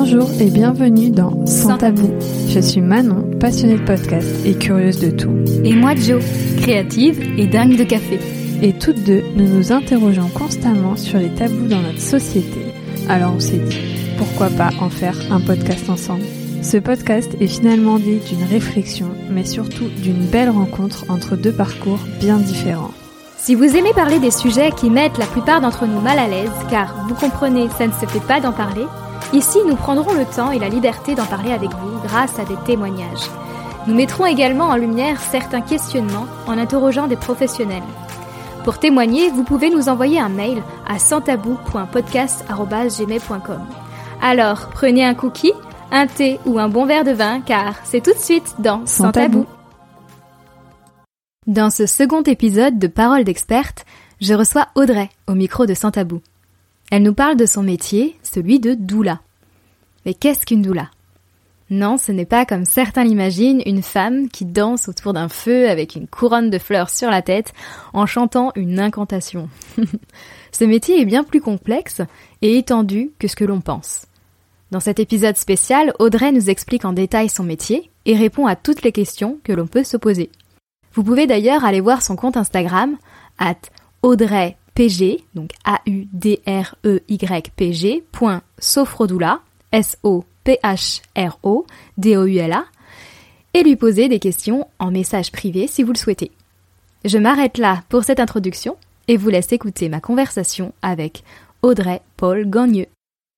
Bonjour et bienvenue dans Sans Tabou. Je suis Manon, passionnée de podcast et curieuse de tout. Et moi Jo, créative et dingue de café. Et toutes deux, nous nous interrogeons constamment sur les tabous dans notre société. Alors on s'est dit, pourquoi pas en faire un podcast ensemble ? Ce podcast est finalement né d'une réflexion, mais surtout d'une belle rencontre entre deux parcours bien différents. Si vous aimez parler des sujets qui mettent la plupart d'entre nous mal à l'aise, car vous comprenez, ça ne se fait pas d'en parler, ici nous prendrons le temps et la liberté d'en parler avec vous grâce à des témoignages. Nous mettrons également en lumière certains questionnements en interrogeant des professionnels. Pour témoigner, vous pouvez nous envoyer un mail à sanstabou.podcast@gmail.com. Alors, prenez un cookie, un thé ou un bon verre de vin, car c'est tout de suite dans Sans Tabou. Dans ce second épisode de Paroles d'experte, je reçois Audrey au micro de Sans Tabou. Elle nous parle de son métier, celui de doula. Mais qu'est-ce qu'une doula ? Non, ce n'est pas comme certains l'imaginent, une femme qui danse autour d'un feu avec une couronne de fleurs sur la tête en chantant une incantation. Ce métier est bien plus complexe et étendu que ce que l'on pense. Dans cet épisode spécial, Audrey nous explique en détail son métier et répond à toutes les questions que l'on peut se poser. Vous pouvez d'ailleurs aller voir son compte Instagram @AudreyPG, donc AudreyPG.sophrodoula, SOPHRODOULA, et lui poser des questions en message privé si vous le souhaitez. Je m'arrête là pour cette introduction et vous laisse écouter ma conversation avec Audrey Paul Gagneux.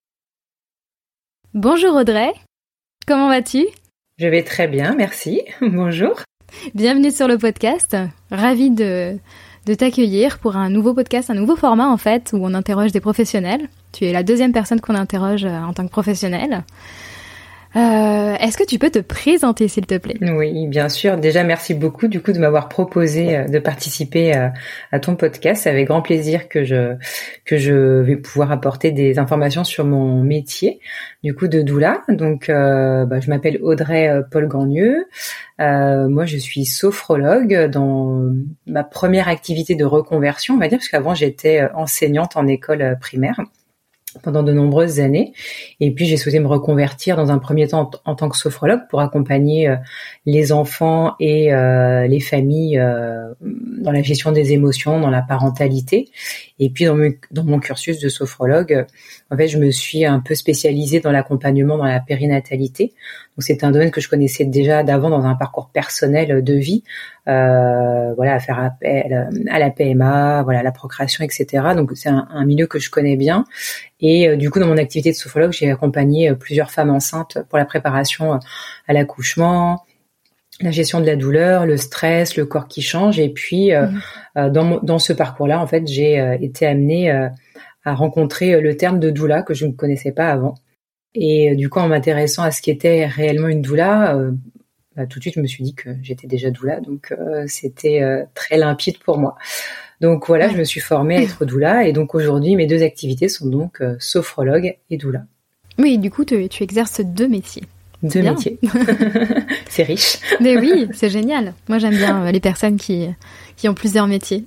Bonjour Audrey, comment vas-tu ? Je vais très bien, merci. Bonjour. Bienvenue sur le podcast, ravie de t'accueillir pour un nouveau podcast, un nouveau format en fait, où on interroge des professionnels. Tu es la deuxième personne qu'on interroge en tant que professionnelle. Est-ce que tu peux te présenter s'il te plaît ? Oui, bien sûr. Déjà, merci beaucoup du coup de m'avoir proposé de participer à ton podcast. C'est avec grand plaisir que je vais pouvoir apporter des informations sur mon métier du coup de doula. Donc, je m'appelle Audrey Paul Gagneux. Moi, je suis sophrologue dans ma première activité de reconversion, on va dire, parce qu'avant j'étais enseignante en école primaire pendant de nombreuses années. Et puis, j'ai souhaité me reconvertir dans un premier temps en tant que sophrologue pour accompagner les enfants et les familles dans la gestion des émotions, dans la parentalité. Et puis, dans mon cursus de sophrologue, en fait, je me suis un peu spécialisée dans l'accompagnement dans la périnatalité. Donc, c'est un domaine que je connaissais déjà d'avant dans un parcours personnel de vie. À faire appel à la PMA, à la procréation, etc. Donc, c'est un milieu que je connais bien. Et du coup, dans mon activité de sophrologue, j'ai accompagné plusieurs femmes enceintes pour la préparation à l'accouchement, la gestion de la douleur, le stress, le corps qui change. Et puis, dans ce parcours-là, en fait, j'ai été amenée à rencontrer le terme de doula que je ne connaissais pas avant. Et du coup, en m'intéressant à ce qu'était réellement une doula, tout de suite, je me suis dit que j'étais déjà doula. Donc, c'était très limpide pour moi. Donc voilà, je me suis formée à être doula et donc aujourd'hui, mes deux activités sont donc sophrologue et doula. Oui, du coup, tu exerces deux métiers. Deux métiers. C'est riche. Mais oui, c'est génial. Moi, j'aime bien les personnes qui ont plusieurs métiers.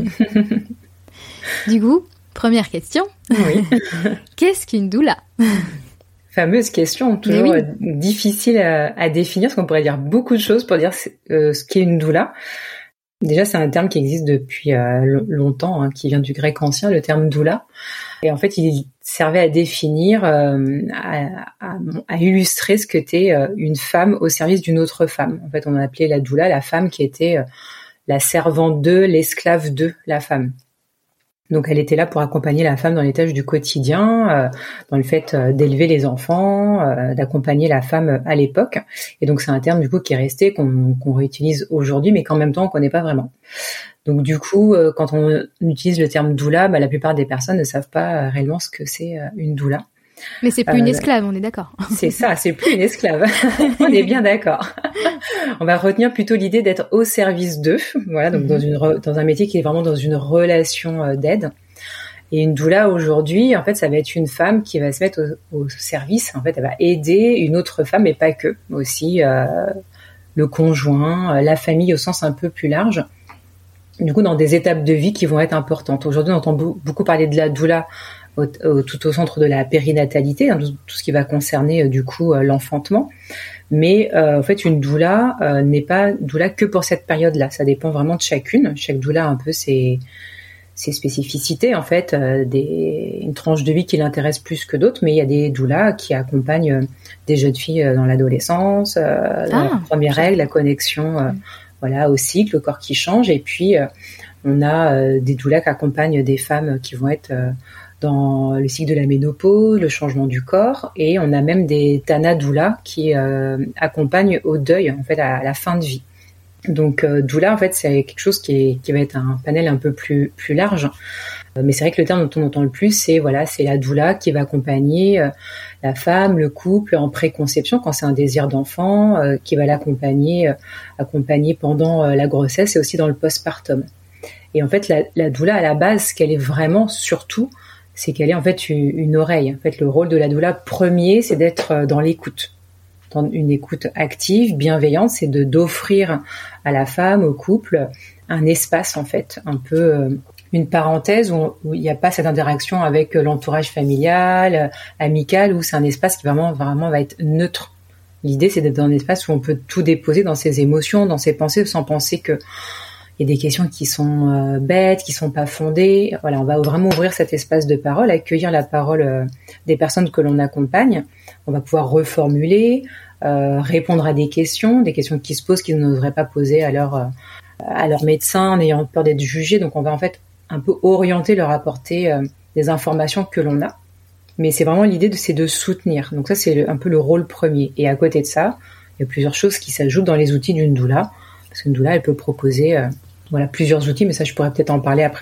Du coup, première question. Oui. Qu'est-ce qu'une doula ? Fameuse question, toujours difficile à définir, parce qu'on pourrait dire beaucoup de choses pour dire ce qu'est une doula. Déjà, c'est un terme qui existe depuis longtemps, qui vient du grec ancien, le terme doula. Et en fait, il servait à définir, à illustrer ce qu'était une femme au service d'une autre femme. En fait, on appelait la doula la femme qui était la servante de, l'esclave de la femme. Donc, elle était là pour accompagner la femme dans les tâches du quotidien, dans le fait d'élever les enfants, d'accompagner la femme à l'époque. Et donc, c'est un terme du coup qui est resté, qu'on réutilise aujourd'hui, mais qu'en même temps, on connaît pas vraiment. Donc, du coup, quand on utilise le terme doula, la plupart des personnes ne savent pas réellement ce que c'est une doula. Mais c'est plus une esclave, on est d'accord. C'est ça, c'est plus une esclave. On est bien d'accord. On va retenir plutôt l'idée d'être au service d'eux. Voilà, donc dans un métier qui est vraiment dans une relation d'aide. Et une doula aujourd'hui, en fait, ça va être une femme qui va se mettre au service. En fait, elle va aider une autre femme, mais pas que, aussi le conjoint, la famille au sens un peu plus large. Du coup, dans des étapes de vie qui vont être importantes. Aujourd'hui, on entend beaucoup parler de la doula tout au centre de la périnatalité, hein, tout ce qui va concerner du coup l'enfantement. Mais en fait, une doula n'est pas doula que pour cette période-là. Ça dépend vraiment de chacune. Chaque doula a un peu ses spécificités, en fait, une tranche de vie qui l'intéresse plus que d'autres. Mais il y a des doulas qui accompagnent des jeunes filles dans l'adolescence, dans la première règle, la connexion au cycle, au corps qui change. Et puis, on a des doulas qui accompagnent des femmes qui vont être dans le cycle de la ménopause, le changement du corps, et on a même des Tana doulas qui accompagnent au deuil, en fait, à la fin de vie. Donc doula, en fait, c'est quelque chose qui va être un panel un peu plus large. Mais c'est vrai que le terme dont on entend le plus, c'est la doula qui va accompagner la femme, le couple en préconception quand c'est un désir d'enfant, qui va l'accompagner pendant la grossesse et aussi dans le postpartum. Et en fait, la doula à la base, ce qu'elle est vraiment surtout, c'est qu'elle est en fait une oreille. En fait, le rôle de la doula premier, c'est d'être dans l'écoute. Dans une écoute active, bienveillante, c'est d'offrir à la femme, au couple, un espace, en fait, un peu une parenthèse où il n'y a pas cette interaction avec l'entourage familial, amical, où c'est un espace qui vraiment va être neutre. L'idée, c'est d'être dans un espace où on peut tout déposer dans ses émotions, dans ses pensées, sans penser que il y a des questions qui sont bêtes, qui sont pas fondées. Voilà, on va vraiment ouvrir cet espace de parole, accueillir la parole des personnes que l'on accompagne. On va pouvoir reformuler, répondre à des questions qui se posent, qu'ils n'oseraient pas poser à leur médecin, en ayant peur d'être jugés. Donc, on va en fait un peu orienter, leur apporter des informations que l'on a. Mais c'est vraiment l'idée, c'est de soutenir. Donc ça, c'est un peu le rôle premier. Et à côté de ça, il y a plusieurs choses qui s'ajoutent dans les outils d'une doula. Parce qu'une doula, elle peut proposer plusieurs outils, mais ça, je pourrais peut-être en parler après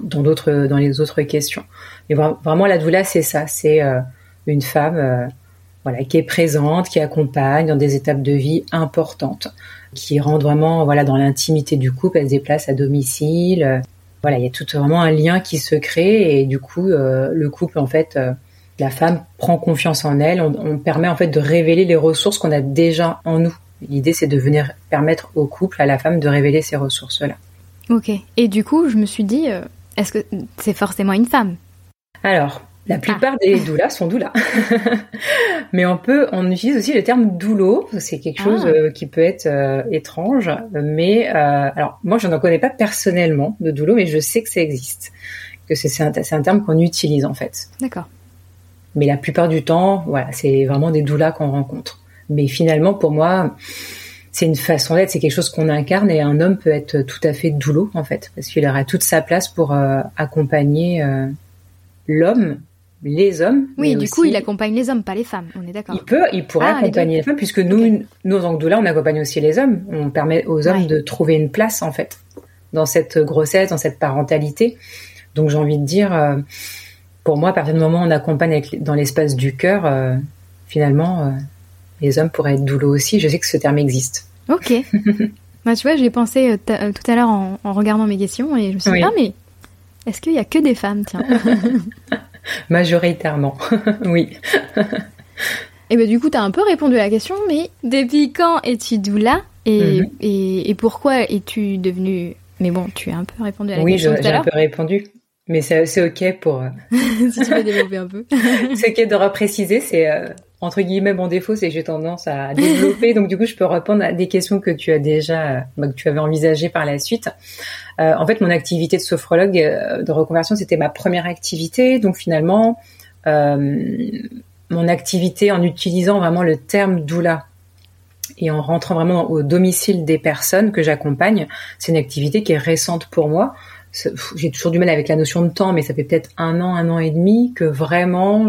dans les autres questions. Mais vraiment, la doula, c'est ça. C'est une femme qui est présente, qui accompagne dans des étapes de vie importantes, qui rentre vraiment dans l'intimité du couple. Elle se déplace à domicile. Il y a tout vraiment un lien qui se crée et du coup, le couple, en fait, la femme prend confiance en elle. On permet en fait de révéler les ressources qu'on a déjà en nous. L'idée, c'est de venir permettre au couple, à la femme, de révéler ces ressources-là. Ok. Et du coup, je me suis dit, est-ce que c'est forcément une femme ? Alors, la plupart des doulas sont doulas. Mais on utilise aussi le terme doulo. C'est quelque chose qui peut être étrange. Mais alors, moi, je n'en connais pas personnellement de doulo, mais je sais que ça existe. Que c'est un terme qu'on utilise, en fait. D'accord. Mais la plupart du temps, c'est vraiment des doulas qu'on rencontre. Mais finalement, pour moi, c'est une façon d'être, c'est quelque chose qu'on incarne et un homme peut être tout à fait doulo, en fait, parce qu'il aura toute sa place pour accompagner l'homme, les hommes. Oui, du coup, il accompagne les hommes, pas les femmes, on est d'accord. Il pourrait accompagner les femmes, puisque nous, en tant que doula, on accompagne aussi les hommes. On permet aux hommes de trouver une place, en fait, dans cette grossesse, dans cette parentalité. Donc, j'ai envie de dire, pour moi, à partir du moment où on accompagne dans l'espace du cœur, finalement... les hommes pourraient être doulos aussi. Je sais que ce terme existe. Ok. Tu vois, j'ai pensé tout à l'heure en regardant mes questions et je me suis dit, mais est-ce qu'il y a que des femmes, tiens? Majoritairement, oui. Et du coup, tu as un peu répondu à la question, mais depuis quand es-tu doula et pourquoi es-tu devenue... Mais bon, tu as un peu répondu à la question tout à l'heure. Oui, j'ai un peu répondu. Mais c'est ok pour... si tu veux développer un peu. C'est ok de repréciser, c'est... entre guillemets, mon défaut, c'est que j'ai tendance à développer. Donc, du coup, je peux répondre à des questions que tu as déjà, que tu avais envisagées par la suite. En fait, mon activité de sophrologue de reconversion, c'était ma première activité. Donc, finalement, mon activité en utilisant vraiment le terme doula et en rentrant vraiment au domicile des personnes que j'accompagne, c'est une activité qui est récente pour moi. J'ai toujours du mal avec la notion de temps, mais ça fait peut-être 1 an et demi que vraiment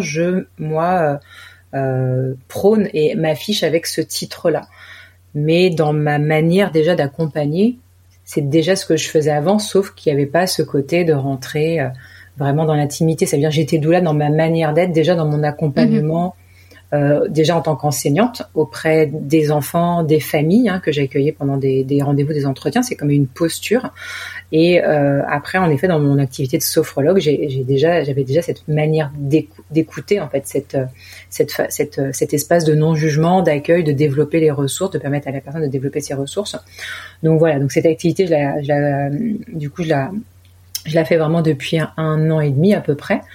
prône et m'affiche avec ce titre-là. Mais dans ma manière déjà d'accompagner, c'est déjà ce que je faisais avant, sauf qu'il n'y avait pas ce côté de rentrer vraiment dans l'intimité. Ça veut dire j'étais doula dans ma manière d'être, déjà dans mon accompagnement, déjà en tant qu'enseignante auprès des enfants, des familles que j'accueillais pendant des rendez-vous, des entretiens. C'est comme une posture. Et après, en effet, dans mon activité de sophrologue, j'avais déjà cette manière d'écouter en fait cet espace de non-jugement, d'accueil, de développer les ressources, de permettre à la personne de développer ses ressources. Donc voilà, donc cette activité, je la fais vraiment depuis 1 an et demi à peu près.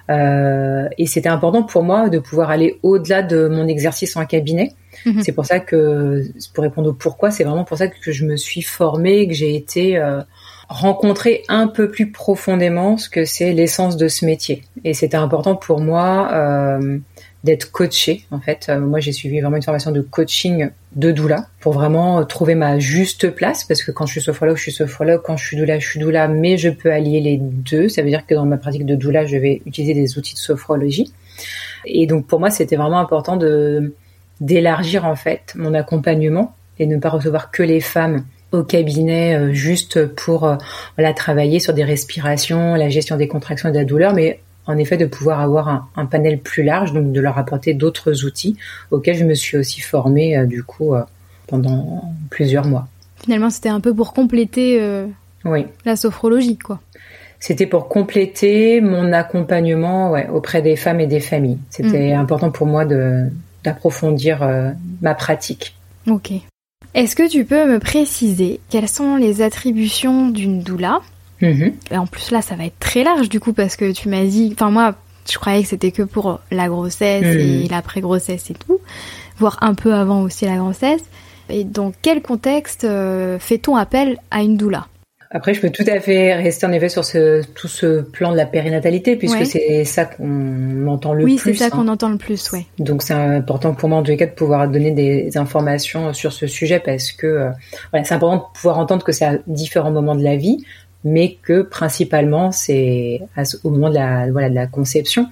Et c'était important pour moi de pouvoir aller au-delà de mon exercice en cabinet. C'est pour ça que, pour répondre au pourquoi, c'est vraiment pour ça que je me suis formée, que j'ai été rencontrer un peu plus profondément ce que c'est l'essence de ce métier. Et c'était important pour moi d'être coachée. En fait, moi, j'ai suivi vraiment une formation de coaching de doula pour vraiment trouver ma juste place. Parce que quand je suis sophrologue, je suis sophrologue. Quand je suis doula, mais je peux allier les deux. Ça veut dire que dans ma pratique de doula, je vais utiliser des outils de sophrologie. Et donc, pour moi, c'était vraiment important d'élargir, en fait, mon accompagnement et de ne pas recevoir que les femmes au cabinet juste pour travailler sur des respirations, la gestion des contractions et de la douleur, mais en effet de pouvoir avoir un panel plus large, donc de leur apporter d'autres outils auxquels je me suis aussi formée pendant plusieurs mois. Finalement, c'était un peu pour compléter la sophrologie, quoi. C'était pour compléter mon accompagnement auprès des femmes et des familles. C'était important pour moi d'approfondir ma pratique. Ok. Est-ce que tu peux me préciser quelles sont les attributions d'une doula ? Et en plus là, ça va être très large du coup parce que tu m'as dit... Enfin moi, je croyais que c'était que pour la grossesse et l'après-grossesse et tout, voire un peu avant aussi la grossesse. Et dans quel contexte fait-on appel à une doula ? Après, je peux tout à fait rester en effet sur tout ce plan de la périnatalité, puisque c'est ça qu'on entend le plus. Oui, c'est ça qu'on entend le plus, ouais. Donc c'est important pour moi en tous les cas de pouvoir donner des informations sur ce sujet, parce que c'est important de pouvoir entendre que c'est à différents moments de la vie, mais que principalement c'est au moment de la conception.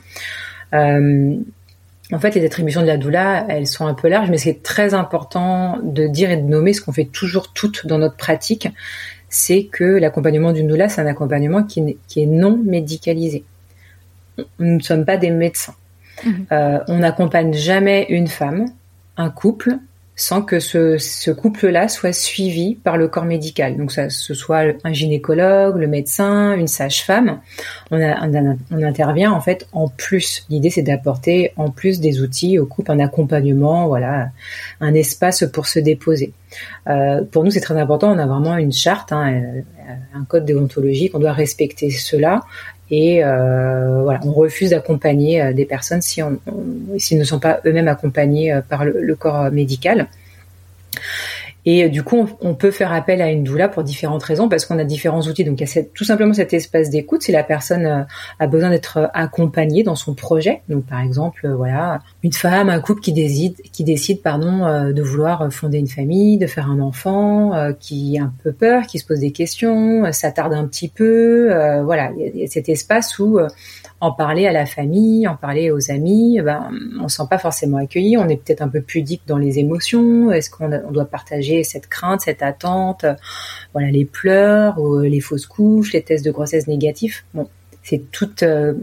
En fait, les attributions de la doula, elles sont un peu larges, mais c'est très important de dire et de nommer ce qu'on fait toujours toutes dans notre pratique. C'est que l'accompagnement d'une doula, c'est un accompagnement qui est non médicalisé. Nous ne sommes pas des médecins. On n'accompagne jamais une femme, un couple, sans que ce couple-là soit suivi par le corps médical. Donc ça, ce soit un gynécologue, le médecin, une sage-femme. On intervient en fait en plus. L'idée, c'est d'apporter en plus des outils au couple, un accompagnement, un espace pour se déposer. Pour nous, c'est très important. On a vraiment une charte, un code déontologique. On doit respecter cela. Et on refuse d'accompagner des personnes s'ils ne sont pas eux-mêmes accompagnés par le corps médical. Et du coup, on peut faire appel à une doula pour différentes raisons, parce qu'on a différents outils. Donc, il y a tout simplement cet espace d'écoute si la personne a besoin d'être accompagnée dans son projet. Donc, par exemple, une femme, un couple qui décide, de vouloir fonder une famille, de faire un enfant, qui a un peu peur, qui se pose des questions, s'attarde un petit peu. Il y a cet espace où en parler à la famille, en parler aux amis, on se sent pas forcément accueilli, on est peut-être un peu pudique dans les émotions, est-ce qu'on doit partager cette crainte, cette attente, les pleurs, ou les fausses couches, les tests de grossesse négatifs. Bon, c'est tout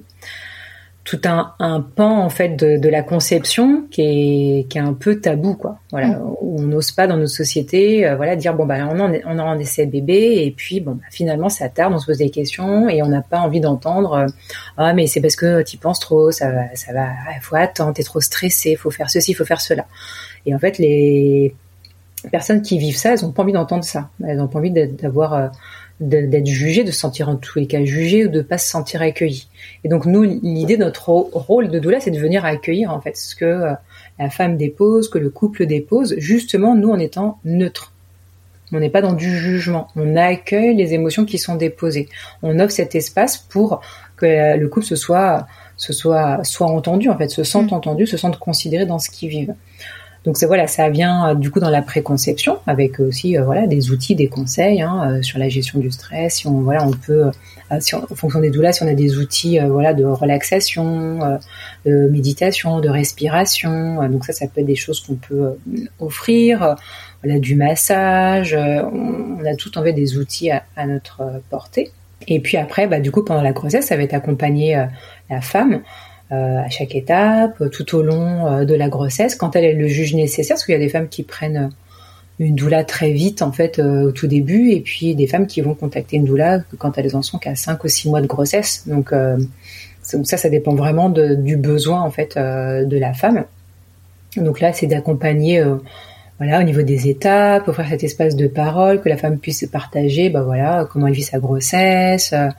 un pan en fait de la conception qui est un peu tabou, quoi. Où on n'ose pas dans nos sociétés dire on a un essai bébé et puis finalement ça tarde, on se pose des questions et on n'a pas envie d'entendre mais c'est parce que tu penses trop, ça va, faut attendre, t'es trop stressé, faut faire ceci, faut faire cela. Et en fait les personnes qui vivent ça, elles ont pas envie d'entendre ça, elles ont pas envie d'être jugées, de se sentir en tous les cas jugées ou de pas se sentir accueillies. Et donc nous, l'idée de notre rôle de doula, c'est de venir accueillir en fait ce que la femme dépose, que le couple dépose, justement nous en étant neutres. On n'est pas dans du jugement, on accueille les émotions qui sont déposées. On offre cet espace pour que le couple soit entendu en fait, se sente entendu, se sente considéré dans ce qu'ils vivent. Donc ça vient du coup dans la préconception avec aussi des outils, des conseils sur la gestion du stress. Si on peut, en fonction des doulas, si on a des outils de relaxation, de méditation, de respiration. Donc ça peut être des choses qu'on peut offrir. Du massage. On a tout en fait des outils à notre portée. Et puis après, du coup pendant la grossesse, ça va être accompagner la femme. À chaque étape, tout au long de la grossesse, quand elle le juge nécessaire, parce qu'il y a des femmes qui prennent une doula très vite en fait au tout début, et puis des femmes qui vont contacter une doula quand elles en sont qu'à 5 ou 6 mois de grossesse. Donc ça dépend vraiment du besoin en fait de la femme. Donc là, c'est d'accompagner au niveau des étapes, offrir cet espace de parole, que la femme puisse partager comment elle vit sa grossesse.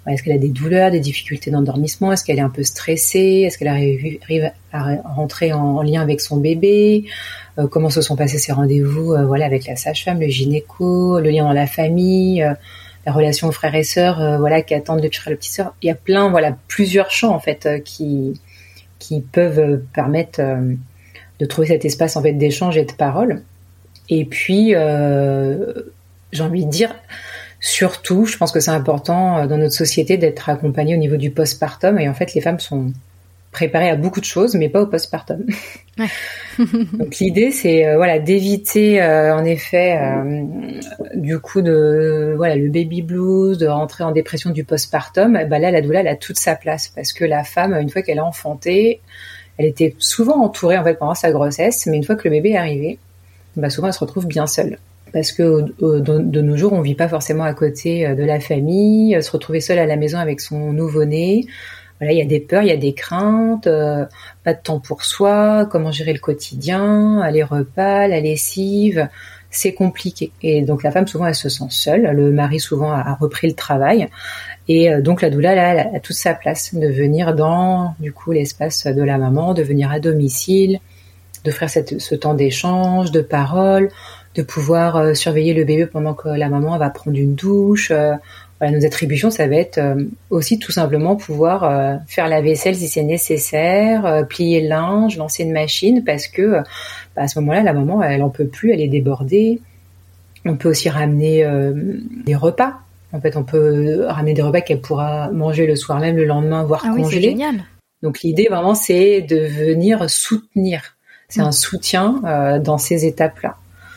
est-ce qu'elle a des douleurs, des difficultés d'endormissement, est-ce qu'elle est un peu stressée, est-ce qu'elle arrive à rentrer en lien avec son bébé, comment se sont passés ses rendez-vous avec la sage-femme, le gynéco, le lien dans la famille, la relation aux frères et sœurs qui attendent le petit frère, la petite sœur. Il y a plusieurs champs en fait qui peuvent permettre de trouver cet espace en fait d'échange et de parole. Et puis j'ai envie de dire, surtout, je pense que c'est important dans notre société d'être accompagné au niveau du postpartum. Et en fait, les femmes sont préparées à beaucoup de choses, mais pas au postpartum. Ouais. Donc l'idée, c'est d'éviter en effet du coup le baby blues, de rentrer en dépression du postpartum. Là, la doula, elle a toute sa place parce que la femme, une fois qu'elle a enfanté, elle était souvent entourée en fait pendant sa grossesse, mais une fois que le bébé est arrivé, souvent elle se retrouve bien seule. Parce que de nos jours, on vit pas forcément à côté de la famille, se retrouver seule à la maison avec son nouveau-né. Il y a des peurs, il y a des craintes, pas de temps pour soi, comment gérer le quotidien, les repas, la lessive, c'est compliqué. Et donc la femme, souvent, elle se sent seule. Le mari, souvent, a repris le travail. Et donc la doula, là, elle a toute sa place de venir dans, du coup, l'espace de la maman, de venir à domicile, d'offrir ce temps d'échange, de parole, de pouvoir surveiller le bébé pendant que la maman va prendre une douche. Nos attributions, ça va être aussi tout simplement pouvoir faire la vaisselle si c'est nécessaire, plier le linge, lancer une machine, parce que à ce moment-là, la maman, elle en peut plus, elle est débordée. On peut aussi ramener des repas. En fait, on peut ramener des repas qu'elle pourra manger le soir même, le lendemain, voire congeler. Oui, c'est génial. Donc l'idée vraiment, c'est de venir soutenir. C'est un soutien dans ces étapes-là.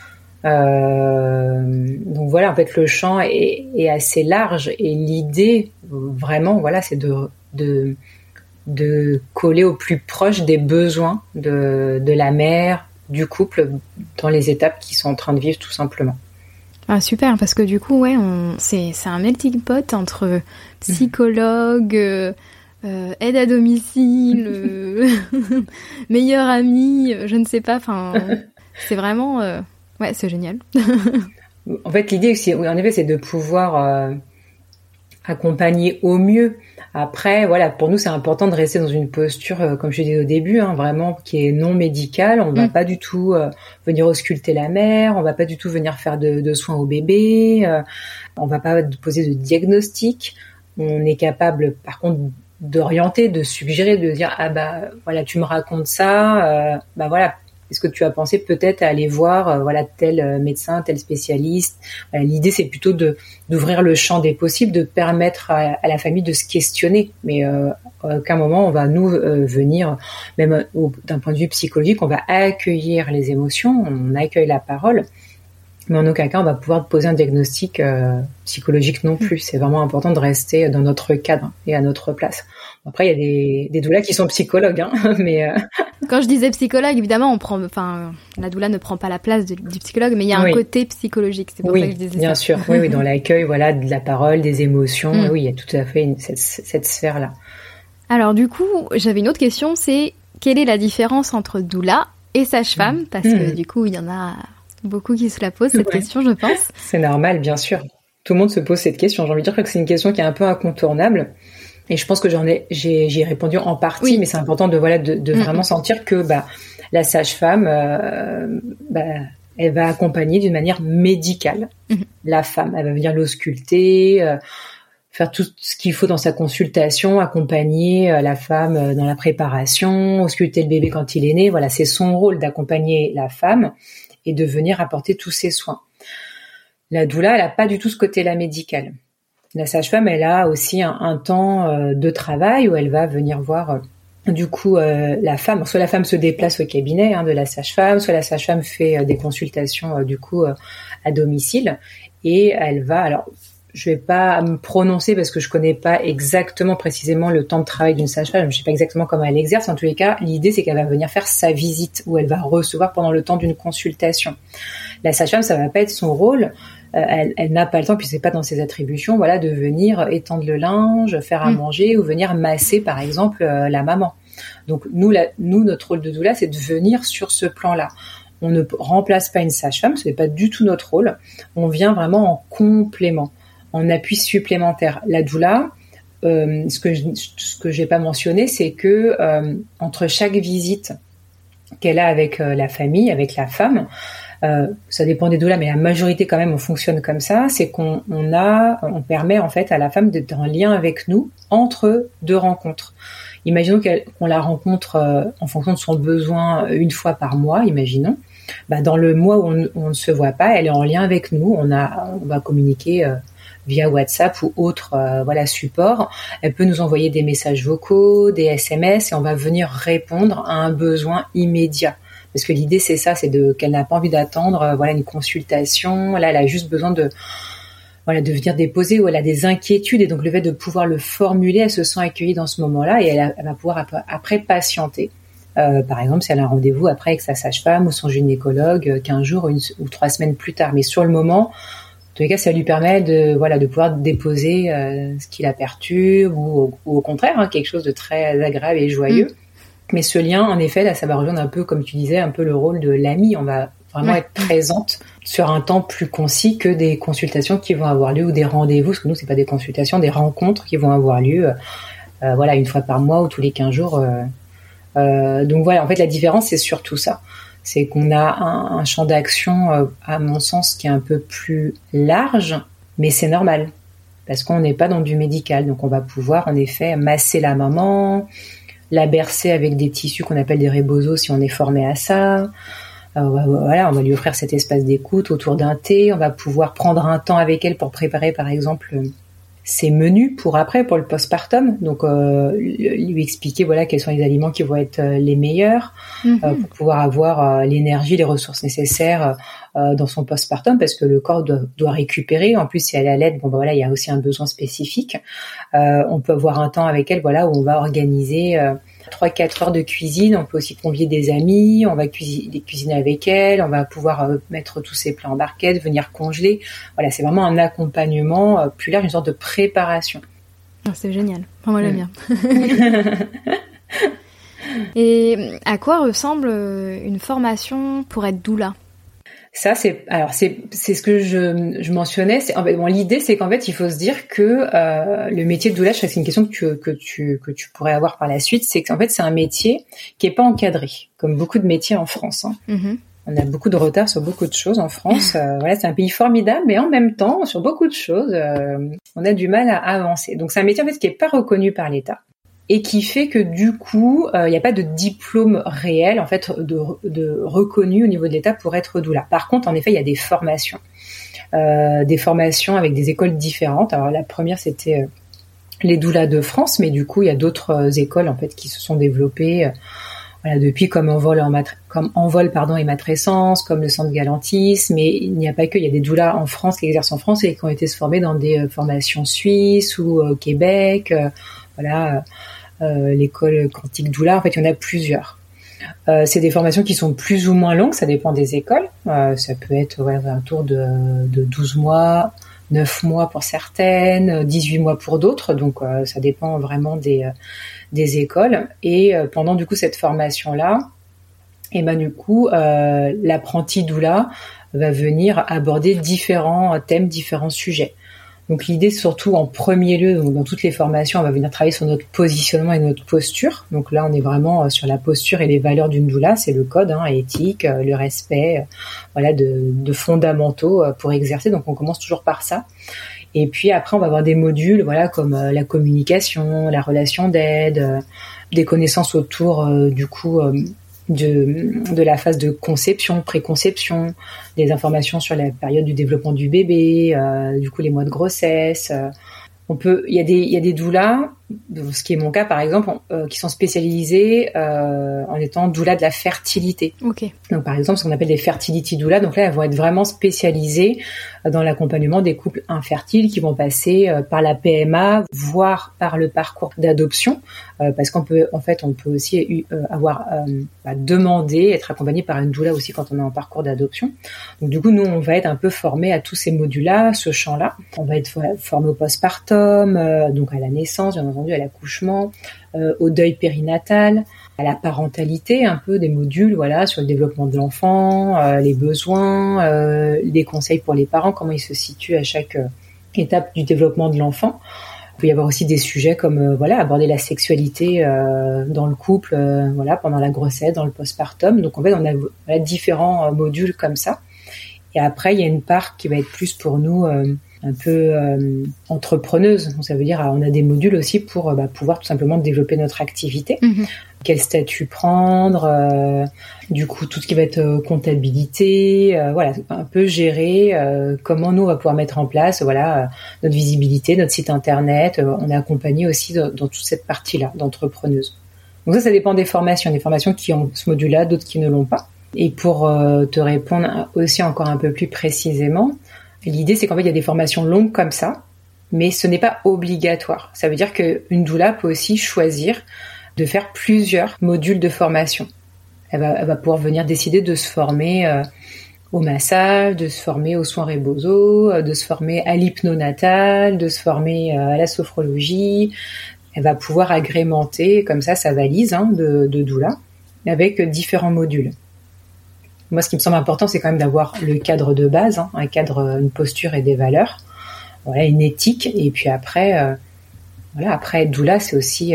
Donc voilà, en fait, le champ est assez large et l'idée, vraiment, c'est de coller au plus proche des besoins de la mère, du couple, dans les étapes qu'ils sont en train de vivre, tout simplement. Ah, super, parce que du coup, c'est un melting pot entre psychologue, aide à domicile, meilleure amie, je ne sais pas, c'est vraiment... c'est génial. En fait, l'idée, en effet, c'est de pouvoir accompagner au mieux. Après, pour nous, c'est important de rester dans une posture, comme je disais au début, vraiment qui est non médicale. On va pas du tout venir ausculter la mère, on va pas du tout venir faire de soins au bébé, on va pas poser de diagnostic. On est capable, par contre, d'orienter, de suggérer, de dire tu me racontes ça, est-ce que tu as pensé peut-être à aller voir tel médecin, tel spécialiste. L'idée, c'est plutôt d'ouvrir le champ des possibles, de permettre à la famille de se questionner. Mais à aucun moment, on va nous venir, même d'un point de vue psychologique, on va accueillir les émotions, on accueille la parole. Mais en aucun cas, on va pouvoir poser un diagnostic psychologique non plus. C'est vraiment important de rester dans notre cadre et à notre place. Après, il y a des doulas qui sont psychologues, mais... Quand je disais psychologue, évidemment, la doula ne prend pas la place du psychologue, mais il y a un côté psychologique. C'est pour ça que je disais ça. Bien sûr. Oui, dans l'accueil, de la parole, des émotions. Oui, il y a tout à fait cette sphère-là. Alors, du coup, j'avais une autre question, c'est quelle est la différence entre doula et sage-femme? Parce que du coup, il y en a beaucoup qui se la posent, cette question, je pense. C'est normal, bien sûr. Tout le monde se pose cette question. J'ai envie de dire que c'est une question qui est un peu incontournable. Et je pense que j'y ai répondu en partie, mais c'est important de vraiment sentir que la sage-femme, elle va accompagner d'une manière médicale la femme. Elle va venir l'ausculter, faire tout ce qu'il faut dans sa consultation, accompagner la femme dans la préparation, ausculter le bébé quand il est né. Voilà, c'est son rôle d'accompagner la femme et de venir apporter tous ses soins. La doula, elle n'a pas du tout ce côté-là médical. La sage-femme, elle a aussi un temps de travail où elle va venir voir la femme. Soit la femme se déplace au cabinet de la sage-femme, soit la sage-femme fait des consultations à domicile et elle va. Alors, je vais pas me prononcer parce que je connais pas exactement précisément le temps de travail d'une sage-femme. Je sais pas exactement comment elle exerce. En tous les cas, l'idée c'est qu'elle va venir faire sa visite où elle va recevoir pendant le temps d'une consultation. La sage-femme, ça va pas être son rôle. Elle n'a pas le temps, puis c'est pas dans ses attributions, de venir étendre le linge, faire à manger ou venir masser, par exemple, la maman. Donc nous, notre rôle de doula, c'est de venir sur ce plan-là. On ne remplace pas une sage-femme, ce n'est pas du tout notre rôle. On vient vraiment en complément, en appui supplémentaire. La doula ce que j'ai pas mentionné, c'est que entre chaque visite qu'elle a avec la famille, avec la femme, ça dépend des doulas, mais la majorité quand même, on fonctionne comme ça, c'est qu'on permet en fait à la femme d'être en lien avec nous entre deux rencontres. Imaginons qu'on la rencontre en fonction de son besoin une fois par mois, imaginons. Dans le mois où on ne se voit pas, elle est en lien avec nous. On va communiquer via WhatsApp ou autre support. Elle peut nous envoyer des messages vocaux, des SMS, et on va venir répondre à un besoin immédiat. Parce que l'idée c'est ça, qu'elle n'a pas envie d'attendre une consultation. Là, elle a juste besoin de venir déposer, où elle a des inquiétudes, et donc le fait de pouvoir le formuler, elle se sent accueillie dans ce moment-là, et elle va pouvoir après patienter. Par exemple, si elle a un rendez-vous après avec sa sage-femme ou son gynécologue 15 jours ou 3 semaines plus tard. Mais sur le moment, en tous les cas, ça lui permet de pouvoir déposer ce qui la perturbe ou au contraire, quelque chose de très agréable et joyeux. Mais ce lien, en effet, là, ça va rejoindre un peu, comme tu disais, un peu le rôle de l'amie. On va vraiment être présente sur un temps plus concis que des consultations qui vont avoir lieu ou des rendez-vous, parce que nous, c'est pas des consultations, des rencontres qui vont avoir lieu, une fois par mois ou tous les 15 jours. Donc en fait, la différence, c'est surtout ça. C'est qu'on a un champ d'action, à mon sens, qui est un peu plus large, mais c'est normal, parce qu'on n'est pas dans du médical. Donc on va pouvoir, en effet, masser la maman, la bercer avec des tissus qu'on appelle des rebozo si on est formé à ça. On va lui offrir cet espace d'écoute autour d'un thé. On va pouvoir prendre un temps avec elle pour préparer, par exemple, ses menus pour le postpartum. Donc, lui expliquer, quels sont les aliments qui vont être les meilleurs pour pouvoir avoir l'énergie, les ressources nécessaires dans son postpartum, parce que le corps doit récupérer. En plus, si elle allait, il y a aussi un besoin spécifique. On peut avoir un temps avec elle, où on va organiser 3-4 heures de cuisine. On peut aussi convier des amis, on va cuisiner avec elle, on va pouvoir mettre tous ses plats en barquette, venir congeler. Voilà, c'est vraiment un accompagnement plus large, une sorte de préparation. Oh, c'est génial. Enfin, moi, j'aime bien. Et à quoi ressemble une formation pour être doula ? Ça, c'est ce que je mentionnais. L'idée, c'est qu'en fait, il faut se dire que le métier de doula, c'est une question que tu pourrais avoir par la suite. C'est qu'en fait, c'est un métier qui est pas encadré, comme beaucoup de métiers en France. On a beaucoup de retard sur beaucoup de choses en France. C'est un pays formidable, mais en même temps, sur beaucoup de choses, on a du mal à avancer. Donc, c'est un métier en fait qui est pas reconnu par l'État, et qui fait que du coup, il n'y a pas de diplôme réel en fait de reconnu au niveau de l'État pour être doula. Par contre, en effet, il y a des formations avec des écoles différentes. Alors la première, c'était les doulas de France, mais du coup, il y a d'autres écoles en fait qui se sont développées depuis, comme Envol et Matrescence, comme le Centre Galantis. Mais il n'y a pas que, il y a des doulas en France qui exercent en France et qui ont été formés dans des formations suisses ou au Québec. L'école Quantique Doula, en fait, il y en a plusieurs. C'est des formations qui sont plus ou moins longues, ça dépend des écoles. Ça peut être autour de 12 mois, 9 mois pour certaines, 18 mois pour d'autres. Donc, ça dépend vraiment des écoles. Et pendant, du coup, cette formation-là, l'apprenti doula va venir aborder différents thèmes, différents sujets. Donc l'idée, surtout en premier lieu, donc dans toutes les formations, on va venir travailler sur notre positionnement et notre posture. Donc là, on est vraiment sur la posture et les valeurs d'une doula, c'est le code éthique, le respect, de fondamentaux pour exercer. Donc on commence toujours par ça. Et puis après, on va avoir des modules, comme la communication, la relation d'aide, des connaissances autour de la phase de conception, préconception, des informations sur la période du développement du bébé, les mois de grossesse. Il y a des doulas, ce qui est mon cas par exemple, qui sont spécialisées en étant doula de la fertilité. Okay. Donc par exemple, ce qu'on appelle des fertility doulas. Donc là, elles vont être vraiment spécialisées dans l'accompagnement des couples infertiles qui vont passer par la PMA, voire par le parcours d'adoption, parce on peut aussi avoir demandé, être accompagné par une doula aussi quand on est en parcours d'adoption. Donc du coup, nous, on va être un peu formés à tous ces modules-là, ce champ-là. On va être formés au postpartum, donc à la naissance, bien entendu, à l'accouchement, au deuil périnatal, à la parentalité, un peu des modules, sur le développement de l'enfant, les besoins, des conseils pour les parents, comment ils se situent à chaque étape du développement de l'enfant. Il peut y avoir aussi des sujets comme aborder la sexualité dans le couple, pendant la grossesse, dans le postpartum. Donc en fait, on a différents modules comme ça. Et après, il y a une part qui va être plus pour nous un peu entrepreneuse. Donc, ça veut dire on a des modules aussi pour pouvoir tout simplement développer notre activité. Quel statut prendre, du coup tout ce qui va être comptabilité, un peu gérer comment nous on va pouvoir mettre en place notre visibilité, notre site internet. On est accompagné aussi dans toute cette partie-là d'entrepreneuse. Donc ça dépend des formations. Des formations qui ont ce module-là, d'autres qui ne l'ont pas. Et pour te répondre aussi encore un peu plus précisément, l'idée c'est qu'en fait il y a des formations longues comme ça, mais ce n'est pas obligatoire. Ça veut dire qu'une doula peut aussi choisir de faire plusieurs modules de formation. Elle va pouvoir venir décider de se former au massage, de se former aux soins rebozo, de se former à l'hypnonatal, de se former à la sophrologie. Elle va pouvoir agrémenter comme ça sa valise de doula avec différents modules. Moi, ce qui me semble important, c'est quand même d'avoir le cadre de base, un cadre, une posture et des valeurs, une éthique. Et puis après, après doula, c'est aussi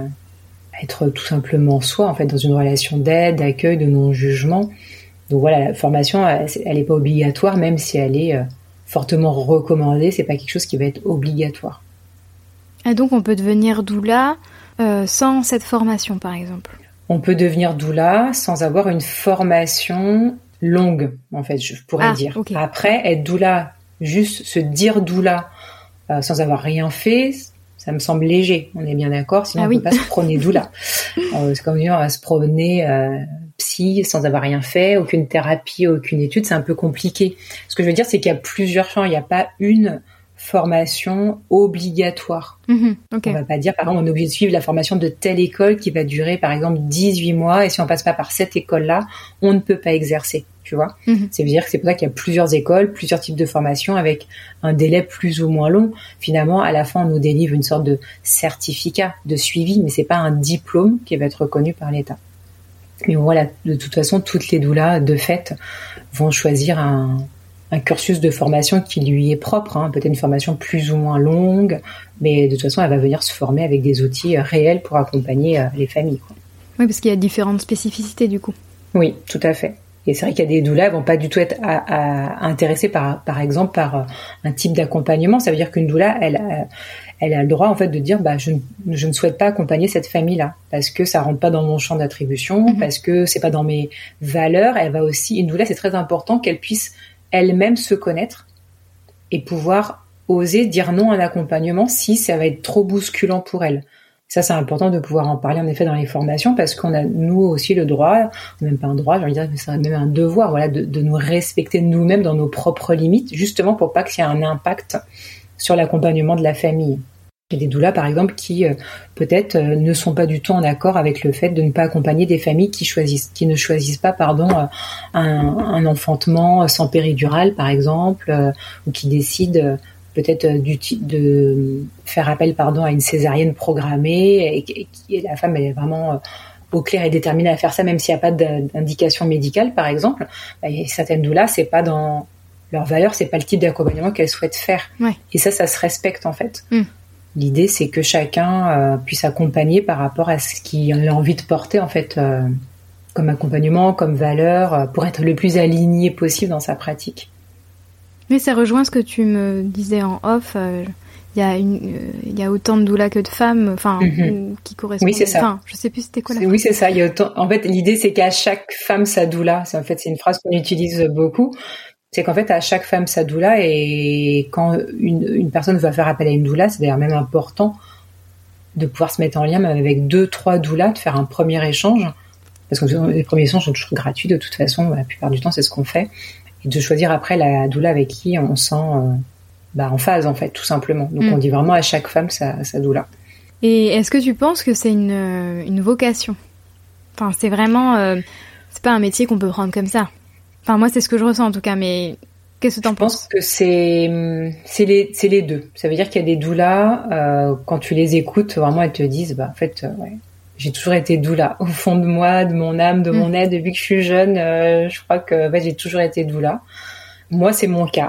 être tout simplement soi, en fait, dans une relation d'aide, d'accueil, de non-jugement. Donc la formation, elle n'est pas obligatoire, même si elle est fortement recommandée. C'est pas quelque chose qui va être obligatoire. Et donc, on peut devenir doula sans cette formation, par exemple. On peut devenir doula sans avoir une formation longue, en fait, je pourrais dire. Okay. Après, être doula, juste se dire doula sans avoir rien fait, ça me semble léger, on est bien d'accord, sinon on peut pas se prôner doula. C'est comme dire, on va se promener psy sans avoir rien fait, aucune thérapie, aucune étude, c'est un peu compliqué. Ce que je veux dire, c'est qu'il y a plusieurs champs, il n'y a pas une formation obligatoire. Okay. On va pas dire, par exemple, on est obligé de suivre la formation de telle école qui va durer, par exemple, 18 mois, et si on passe pas par cette école-là, on ne peut pas exercer, tu vois. Ça veut dire que c'est pour ça qu'il y a plusieurs écoles, plusieurs types de formations avec un délai plus ou moins long. Finalement, à la fin, on nous délivre une sorte de certificat de suivi, mais c'est pas un diplôme qui va être reconnu par l'État. Mais voilà, de toute façon, toutes les doulas, de fait, vont choisir un cursus de formation qui lui est propre, peut-être une formation plus ou moins longue, mais de toute façon, elle va venir se former avec des outils réels pour accompagner les familles, quoi. Oui, parce qu'il y a différentes spécificités, du coup. Oui, tout à fait. Et c'est vrai qu'il y a des doulas qui vont pas du tout être intéressées par exemple, par un type d'accompagnement. Ça veut dire qu'une doula, elle a le droit, en fait, de dire, je ne souhaite pas accompagner cette famille-là, parce que ça rentre pas dans mon champ d'attribution, parce que c'est pas dans mes valeurs. Elle va aussi, une doula, c'est très important qu'elle puisse elle-même se connaître et pouvoir oser dire non à un accompagnement si ça va être trop bousculant pour elle. Ça, c'est important de pouvoir en parler, en effet, dans les formations, parce qu'on a, nous aussi, le droit, même pas un droit, j'ai envie de dire, mais c'est même un devoir, de nous respecter nous-mêmes dans nos propres limites, justement pour pas qu'il y ait un impact sur l'accompagnement de la famille. Il y a des doulas, par exemple, qui peut-être ne sont pas du tout en accord avec le fait de ne pas accompagner des familles qui ne choisissent pas, un enfantement sans péridurale, par exemple, ou qui décident peut-être de faire appel, à une césarienne programmée, et la femme, elle est vraiment au clair et déterminée à faire ça, même s'il n'y a pas d'indication médicale, par exemple. Certaines doulas, c'est pas dans leur valeur, c'est pas le type d'accompagnement qu'elles souhaitent faire. Ouais. Et ça se respecte, en fait. L'idée, c'est que chacun puisse accompagner par rapport à ce qu'il a envie de porter, en fait, comme accompagnement, comme valeur, pour être le plus aligné possible dans sa pratique. Mais ça rejoint ce que tu me disais en off. Il y a autant de doulas que de femmes, qui correspondent. Oui, c'est ça. Enfin, je sais plus c'était quoi la phrase. Oui, c'est ça. Il y a autant. En fait, l'idée, c'est qu'à chaque femme sa doula. C'est une phrase qu'on utilise beaucoup. C'est qu'en fait, à chaque femme sa doula, et quand une personne va faire appel à une doula, c'est d'ailleurs même important de pouvoir se mettre en lien même avec 2-3 doulas, de faire un premier échange, parce que les premiers échanges sont toujours gratuits de toute façon, la plupart du temps c'est ce qu'on fait, et de choisir après la doula avec qui on sent en phase, en fait, tout simplement. Donc on dit vraiment à chaque femme sa doula. Et est-ce que tu penses que c'est une vocation ? Enfin, c'est vraiment... c'est pas un métier qu'on peut prendre comme ça. Enfin, moi, c'est ce que je ressens, en tout cas, mais qu'est-ce que t'en penses ? Je pense que c'est les deux. Ça veut dire qu'il y a des doulas, quand tu les écoutes, vraiment, elles te disent, en fait, j'ai toujours été doula. Au fond de moi, de mon âme, de mon être, depuis que je suis jeune, je crois que j'ai toujours été doula. Moi, c'est mon cas.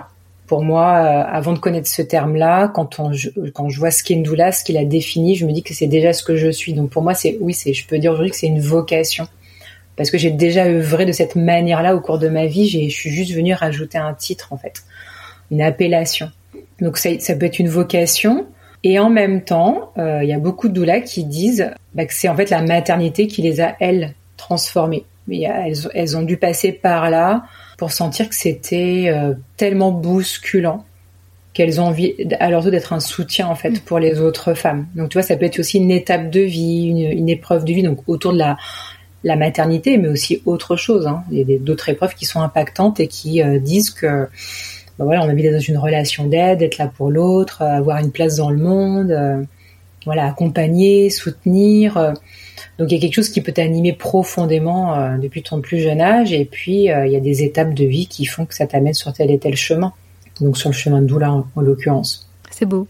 Pour moi, avant de connaître ce terme-là, quand je vois ce qu'est une doula, ce qu'il a défini, je me dis que c'est déjà ce que je suis. Donc pour moi, je peux dire aujourd'hui que c'est une vocation. Parce que j'ai déjà œuvré de cette manière-là au cours de ma vie. Je suis juste venue rajouter un titre, en fait. Une appellation. Donc ça peut être une vocation. Et en même temps, il y a beaucoup de doulas qui disent que c'est en fait la maternité qui les a, elles, transformées. Mais elles ont dû passer par là pour sentir que c'était tellement bousculant qu'elles ont envie à leur tour d'être un soutien en fait pour les autres femmes. Donc tu vois, ça peut être aussi une étape de vie, une épreuve de vie, donc autour de la maternité, mais aussi autre chose. Hein. Il y a d'autres épreuves qui sont impactantes et qui disent que on a envie d'être dans une relation d'aide, être là pour l'autre, avoir une place dans le monde, accompagner, soutenir. Donc il y a quelque chose qui peut t'animer profondément depuis ton plus jeune âge, et puis il y a des étapes de vie qui font que ça t'amène sur tel et tel chemin. Donc sur le chemin de doula en l'occurrence. C'est beau.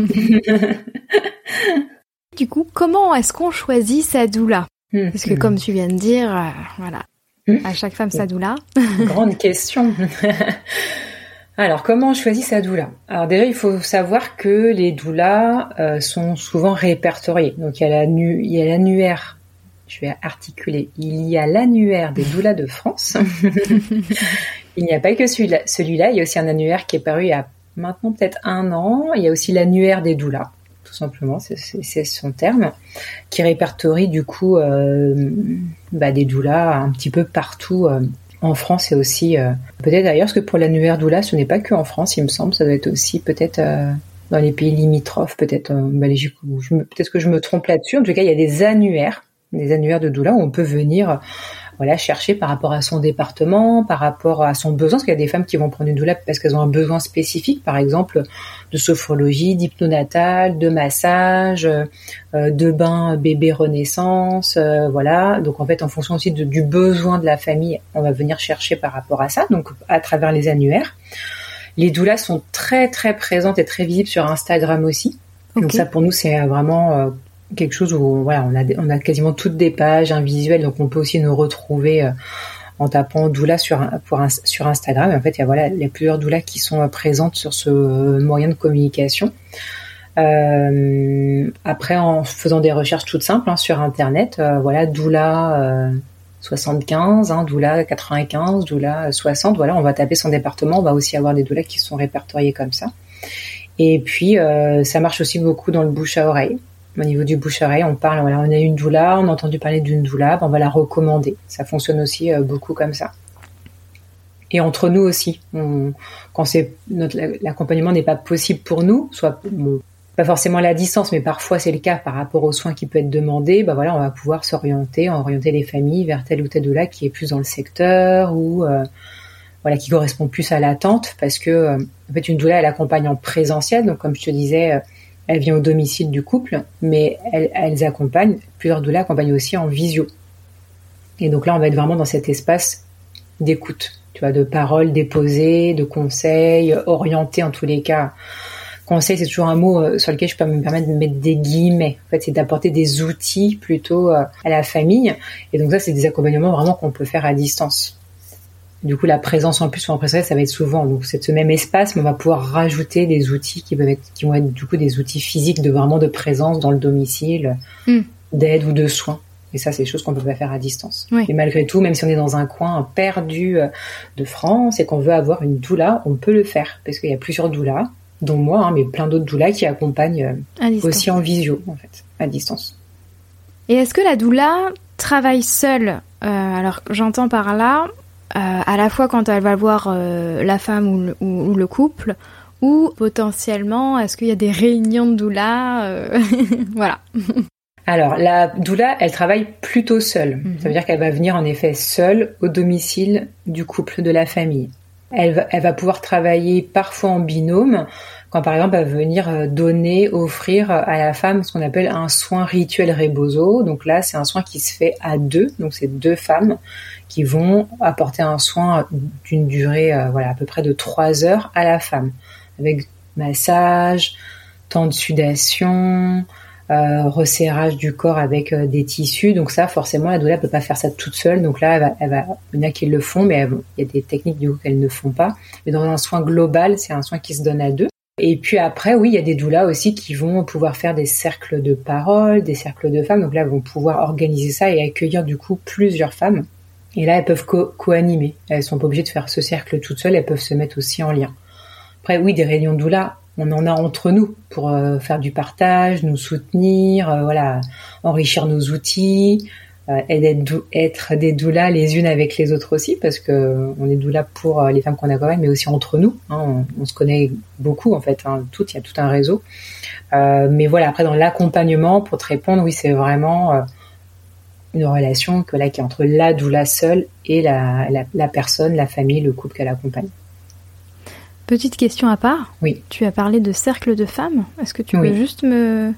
Du coup, comment est-ce qu'on choisit sa doula ? Parce que comme tu viens de dire, à chaque femme sa doula. Grande question. Alors, comment on choisit sa doula ? Alors déjà, il faut savoir que les doulas sont souvent répertoriées. Donc, il y a l'annuaire, je vais articuler, il y a l'annuaire des doulas de France. Il n'y a pas que celui-là, il y a aussi un annuaire qui est paru il y a maintenant peut-être 1 an. Il y a aussi l'annuaire des doulas, tout simplement, c'est son terme, qui répertorie du coup des doulas un petit peu partout en France et aussi peut-être ailleurs, parce que pour l'annuaire doula, ce n'est pas que en France, il me semble, ça doit être aussi peut-être dans les pays limitrophes, peut-être en Belgique, peut-être que je me trompe là-dessus. En tout cas, il y a des annuaires de doula où on peut venir chercher par rapport à son département, par rapport à son besoin, parce qu'il y a des femmes qui vont prendre une doula parce qu'elles ont un besoin spécifique, par exemple de sophrologie, d'hypnonatal, de massage, de bain bébé renaissance, Donc en fait, en fonction aussi du besoin de la famille, on va venir chercher par rapport à ça, donc à travers les annuaires. Les doulas sont très très présentes et très visibles sur Instagram aussi. Okay. Donc ça pour nous c'est vraiment quelque chose où on a quasiment toutes des pages, un visuel, donc on peut aussi nous retrouver en tapant doula sur Instagram. Et en fait, il y a plusieurs doulas qui sont présentes sur ce moyen de communication. Après, en faisant des recherches toutes simples sur Internet, doula 75, doula 95, doula 60. On va taper son département. On va aussi avoir des doulas qui sont répertoriées comme ça. Et puis, ça marche aussi beaucoup dans le bouche à oreille. Au niveau du bouche-oreille, on parle, on a une doula, on a entendu parler d'une doula, on va la recommander. Ça fonctionne aussi beaucoup comme ça. Et entre nous aussi, quand l'accompagnement n'est pas possible pour nous, pas forcément à la distance, mais parfois c'est le cas par rapport aux soins qui peut être demandé, on va pouvoir orienter les familles vers telle ou telle doula qui est plus dans le secteur ou qui correspond plus à l'attente, parce que en fait une doula elle accompagne en présentiel, donc comme je te disais. Elle vient au domicile du couple, mais elles accompagnent, plusieurs doulas accompagnent aussi en visio. Et donc là, on va être vraiment dans cet espace d'écoute, de paroles déposées, de conseils, orientés en tous les cas. Conseil, c'est toujours un mot sur lequel je peux me permettre de mettre des guillemets. En fait, c'est d'apporter des outils plutôt à la famille. Et donc ça, c'est des accompagnements vraiment qu'on peut faire à distance. Du coup, la présence en plus ou en présentiel, ça va être souvent. Donc, c'est ce même espace, mais on va pouvoir rajouter des outils qui vont être du coup des outils physiques de présence dans le domicile, d'aide ou de soins. Et ça, c'est des choses qu'on peut pas faire à distance. Oui. Et malgré tout, même si on est dans un coin perdu de France et qu'on veut avoir une doula, on peut le faire parce qu'il y a plusieurs doulas, dont moi, mais plein d'autres doulas qui accompagnent aussi en visio, en fait, à distance. Et est-ce que la doula travaille seule ? Alors, j'entends par là. À la fois quand elle va voir la femme ou le couple, ou potentiellement, est-ce qu'il y a des réunions de doula Voilà. Alors, la doula, elle travaille plutôt seule. Ça veut dire qu'elle va venir en effet seule au domicile du couple, de la famille. Elle va pouvoir travailler parfois en binôme, quand par exemple elle va venir offrir à la femme ce qu'on appelle un soin rituel rebozo. Donc là, c'est un soin qui se fait à 2, donc c'est 2 femmes qui vont apporter un soin d'une durée à peu près de 3 heures à la femme, avec massage, temps de sudation, resserrage du corps avec des tissus. Donc ça, forcément, la doula peut pas faire ça toute seule. Donc là, il y en a qui le font, mais il y a des techniques du coup qu'elles ne font pas. Mais dans un soin global, c'est un soin qui se donne à deux. Et puis après, oui, il y a des doulas aussi qui vont pouvoir faire des cercles de parole, des cercles de femmes. Donc là, elles vont pouvoir organiser ça et accueillir du coup plusieurs femmes. Et là, elles peuvent co-animer. Elles sont pas obligées de faire ce cercle toutes seules. Elles peuvent se mettre aussi en lien. Après, oui, des réunions de doula, on en a entre nous pour faire du partage, nous soutenir, enrichir nos outils, et être des doulas les unes avec les autres aussi, parce que on est doula pour les femmes qu'on accompagne, mais aussi entre nous. Hein, on se connaît beaucoup en fait, hein, il y a tout un réseau. Mais voilà, après dans l'accompagnement, pour te répondre, oui, c'est vraiment une relation qui est entre la doula seule et la personne, la famille, le couple qu'elle accompagne. Petite question à part. Oui. Tu as parlé de cercle de femmes. Est-ce que tu peux juste nous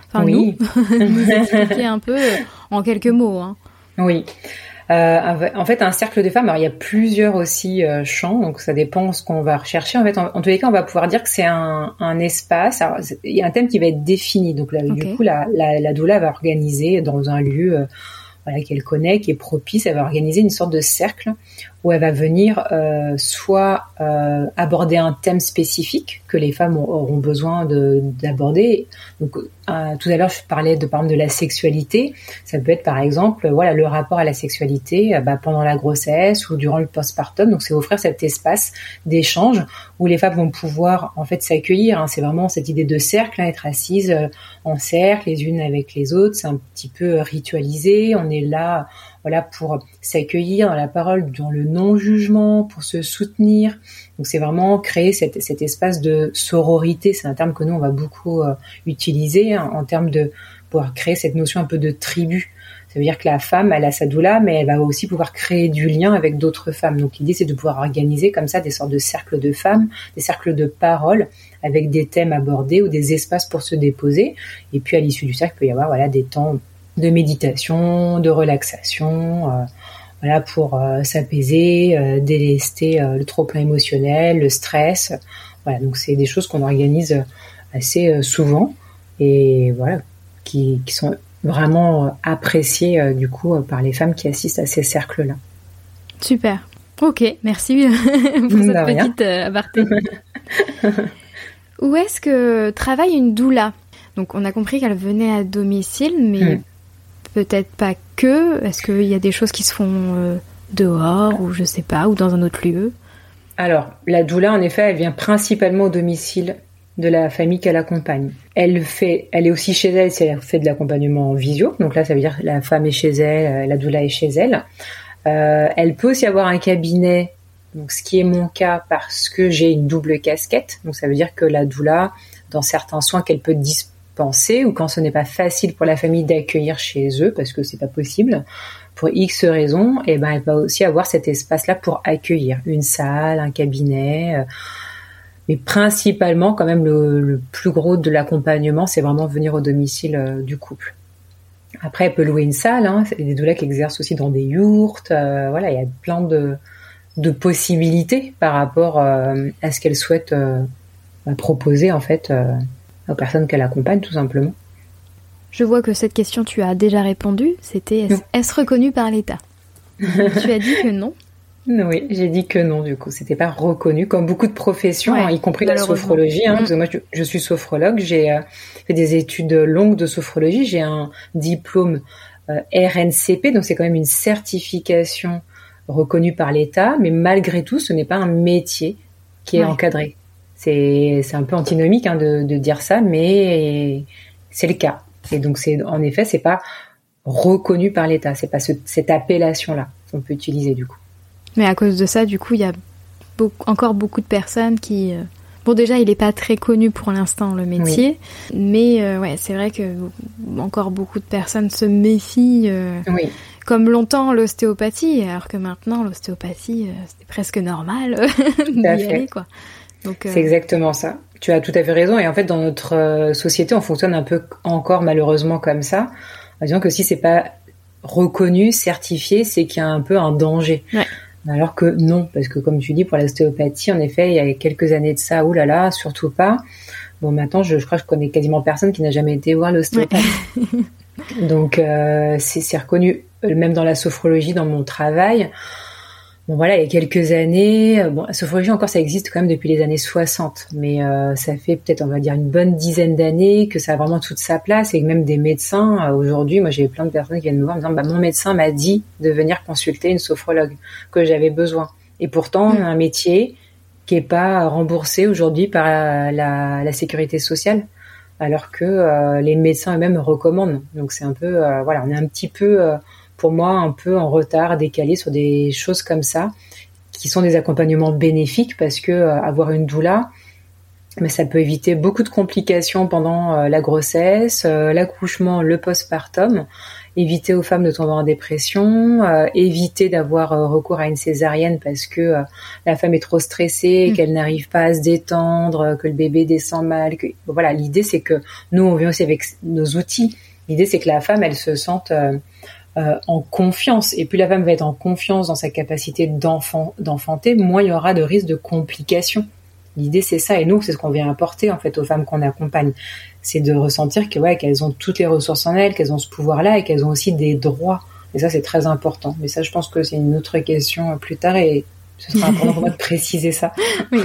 expliquer un peu en quelques mots, hein. Oui. En fait, un cercle de femmes, alors il y a plusieurs aussi champs, donc ça dépend ce qu'on va rechercher. En fait, en tous les cas, on va pouvoir dire que c'est un espace. Alors, il y a un thème qui va être défini. Donc là, du coup, la doula va organiser dans un lieu qu'elle connaît, qui est propice. Elle va organiser une sorte de cercle où elle va venir soit aborder un thème spécifique que les femmes auront besoin d'aborder. Donc tout à l'heure je parlais par exemple de la sexualité. Ça peut être par exemple le rapport à la sexualité pendant la grossesse ou durant le postpartum. Donc c'est offrir cet espace d'échange où les femmes vont pouvoir en fait s'accueillir, hein. C'est vraiment cette idée de cercle, hein, être assises en cercle les unes avec les autres. C'est un petit peu ritualisé. On est là pour s'accueillir dans la parole, dans le non-jugement, pour se soutenir. Donc c'est vraiment créer cet espace de sororité. C'est un terme que nous on va beaucoup utiliser, hein, en termes de pouvoir créer cette notion un peu de tribu. Ça veut dire que la femme, elle a sa doula, mais elle va aussi pouvoir créer du lien avec d'autres femmes. Donc l'idée c'est de pouvoir organiser comme ça des sortes de cercles de femmes, des cercles de parole avec des thèmes abordés ou des espaces pour se déposer. Et puis à l'issue du cercle, il peut y avoir des temps de méditation, de relaxation, pour s'apaiser, délester le trop-plein émotionnel, le stress. Voilà, donc c'est des choses qu'on organise assez souvent et qui sont vraiment appréciées du coup par les femmes qui assistent à ces cercles-là. Super. Ok, merci pour cette petite aparté. Où est-ce que travaille une doula ? Donc on a compris qu'elle venait à domicile, mais peut-être pas que. Est-ce qu'il y a des choses qui se font dehors ou je sais pas, ou dans un autre lieu ? Alors, la doula, en effet, elle vient principalement au domicile de la famille qu'elle accompagne. Elle est aussi chez elle si elle fait de l'accompagnement en visio. Donc là, ça veut dire que la femme est chez elle, la doula est chez elle. Elle peut aussi avoir un cabinet, donc ce qui est mon cas parce que j'ai une double casquette. Donc ça veut dire que la doula, dans certains soins qu'elle peut dispenser ou quand ce n'est pas facile pour la famille d'accueillir chez eux parce que c'est pas possible pour X raisons, elle va aussi avoir cet espace-là pour accueillir une salle, un cabinet. Mais principalement, quand même, le plus gros de l'accompagnement, c'est vraiment venir au domicile du couple. Après, elle peut louer une salle. Hein. Il y a des doulas qui exercent aussi dans des yourtes. Il y a plein de possibilités par rapport à ce qu'elle souhaite proposer en fait aux personnes qu'elle accompagne, tout simplement. Je vois que cette question, tu as déjà répondu. C'était est-ce reconnu par l'État ? Tu as dit que non. Oui, j'ai dit que non, du coup. C'était pas reconnu, comme beaucoup de professions, y compris la sophrologie. Parce que moi, je suis sophrologue. J'ai fait des études longues de sophrologie. J'ai un diplôme RNCP, donc c'est quand même une certification reconnue par l'État. Mais malgré tout, ce n'est pas un métier qui est encadré. C'est un peu antinomique de dire ça, mais c'est le cas. Et donc, en effet, c'est pas reconnu par l'État. C'est pas cette appellation-là qu'on peut utiliser, du coup. Mais à cause de ça, du coup, il y a encore beaucoup de personnes qui... Bon, déjà, il n'est pas très connu pour l'instant, le métier. Oui. Mais c'est vrai que encore beaucoup de personnes se méfient. Comme longtemps, l'ostéopathie. Alors que maintenant, l'ostéopathie, c'est presque normal d'y aller, quoi. Donc, c'est exactement ça. Tu as tout à fait raison. Et en fait, dans notre société, on fonctionne un peu encore malheureusement comme ça. En disant que si c'est pas reconnu, certifié, c'est qu'il y a un peu un danger. Ouais. Alors que non, parce que comme tu dis, pour l'ostéopathie, en effet, il y a quelques années de ça, surtout pas. Bon, maintenant, je crois que je connais quasiment personne qui n'a jamais été voir l'ostéopathe. Donc, c'est reconnu, même dans la sophrologie, dans mon travail. Bon, voilà, il y a quelques années, bon, la sophrologie encore, ça existe quand même depuis les années 60, mais ça fait peut-être, on va dire, une bonne dizaine d'années que ça a vraiment toute sa place, et que même des médecins, aujourd'hui, moi, j'ai plein de personnes qui viennent me voir en me disant, mon médecin m'a dit de venir consulter une sophrologue, que j'avais besoin. Et pourtant, un métier qui est pas remboursé aujourd'hui par la sécurité sociale, alors que les médecins eux-mêmes recommandent. Donc c'est un peu, voilà, on est un petit peu, pour moi, un peu en retard, décalé sur des choses comme ça, qui sont des accompagnements bénéfiques, parce que avoir une doula, mais ça peut éviter beaucoup de complications pendant la grossesse, l'accouchement, le postpartum, éviter aux femmes de tomber en dépression, éviter d'avoir recours à une césarienne parce que la femme est trop stressée, qu'elle n'arrive pas à se détendre, que le bébé descend mal. Voilà, l'idée c'est que nous on vient aussi avec nos outils. L'idée c'est que la femme elle se sente en confiance, et plus la femme va être en confiance dans sa capacité d'enfanter, moins il y aura de risque de complications. L'idée c'est ça, et nous c'est ce qu'on vient apporter en fait aux femmes qu'on accompagne, c'est de ressentir que qu'elles ont toutes les ressources en elles, qu'elles ont ce pouvoir-là et qu'elles ont aussi des droits. Et ça c'est très important. Mais ça je pense que c'est une autre question plus tard, et ce sera important pour moi de préciser ça. Oui.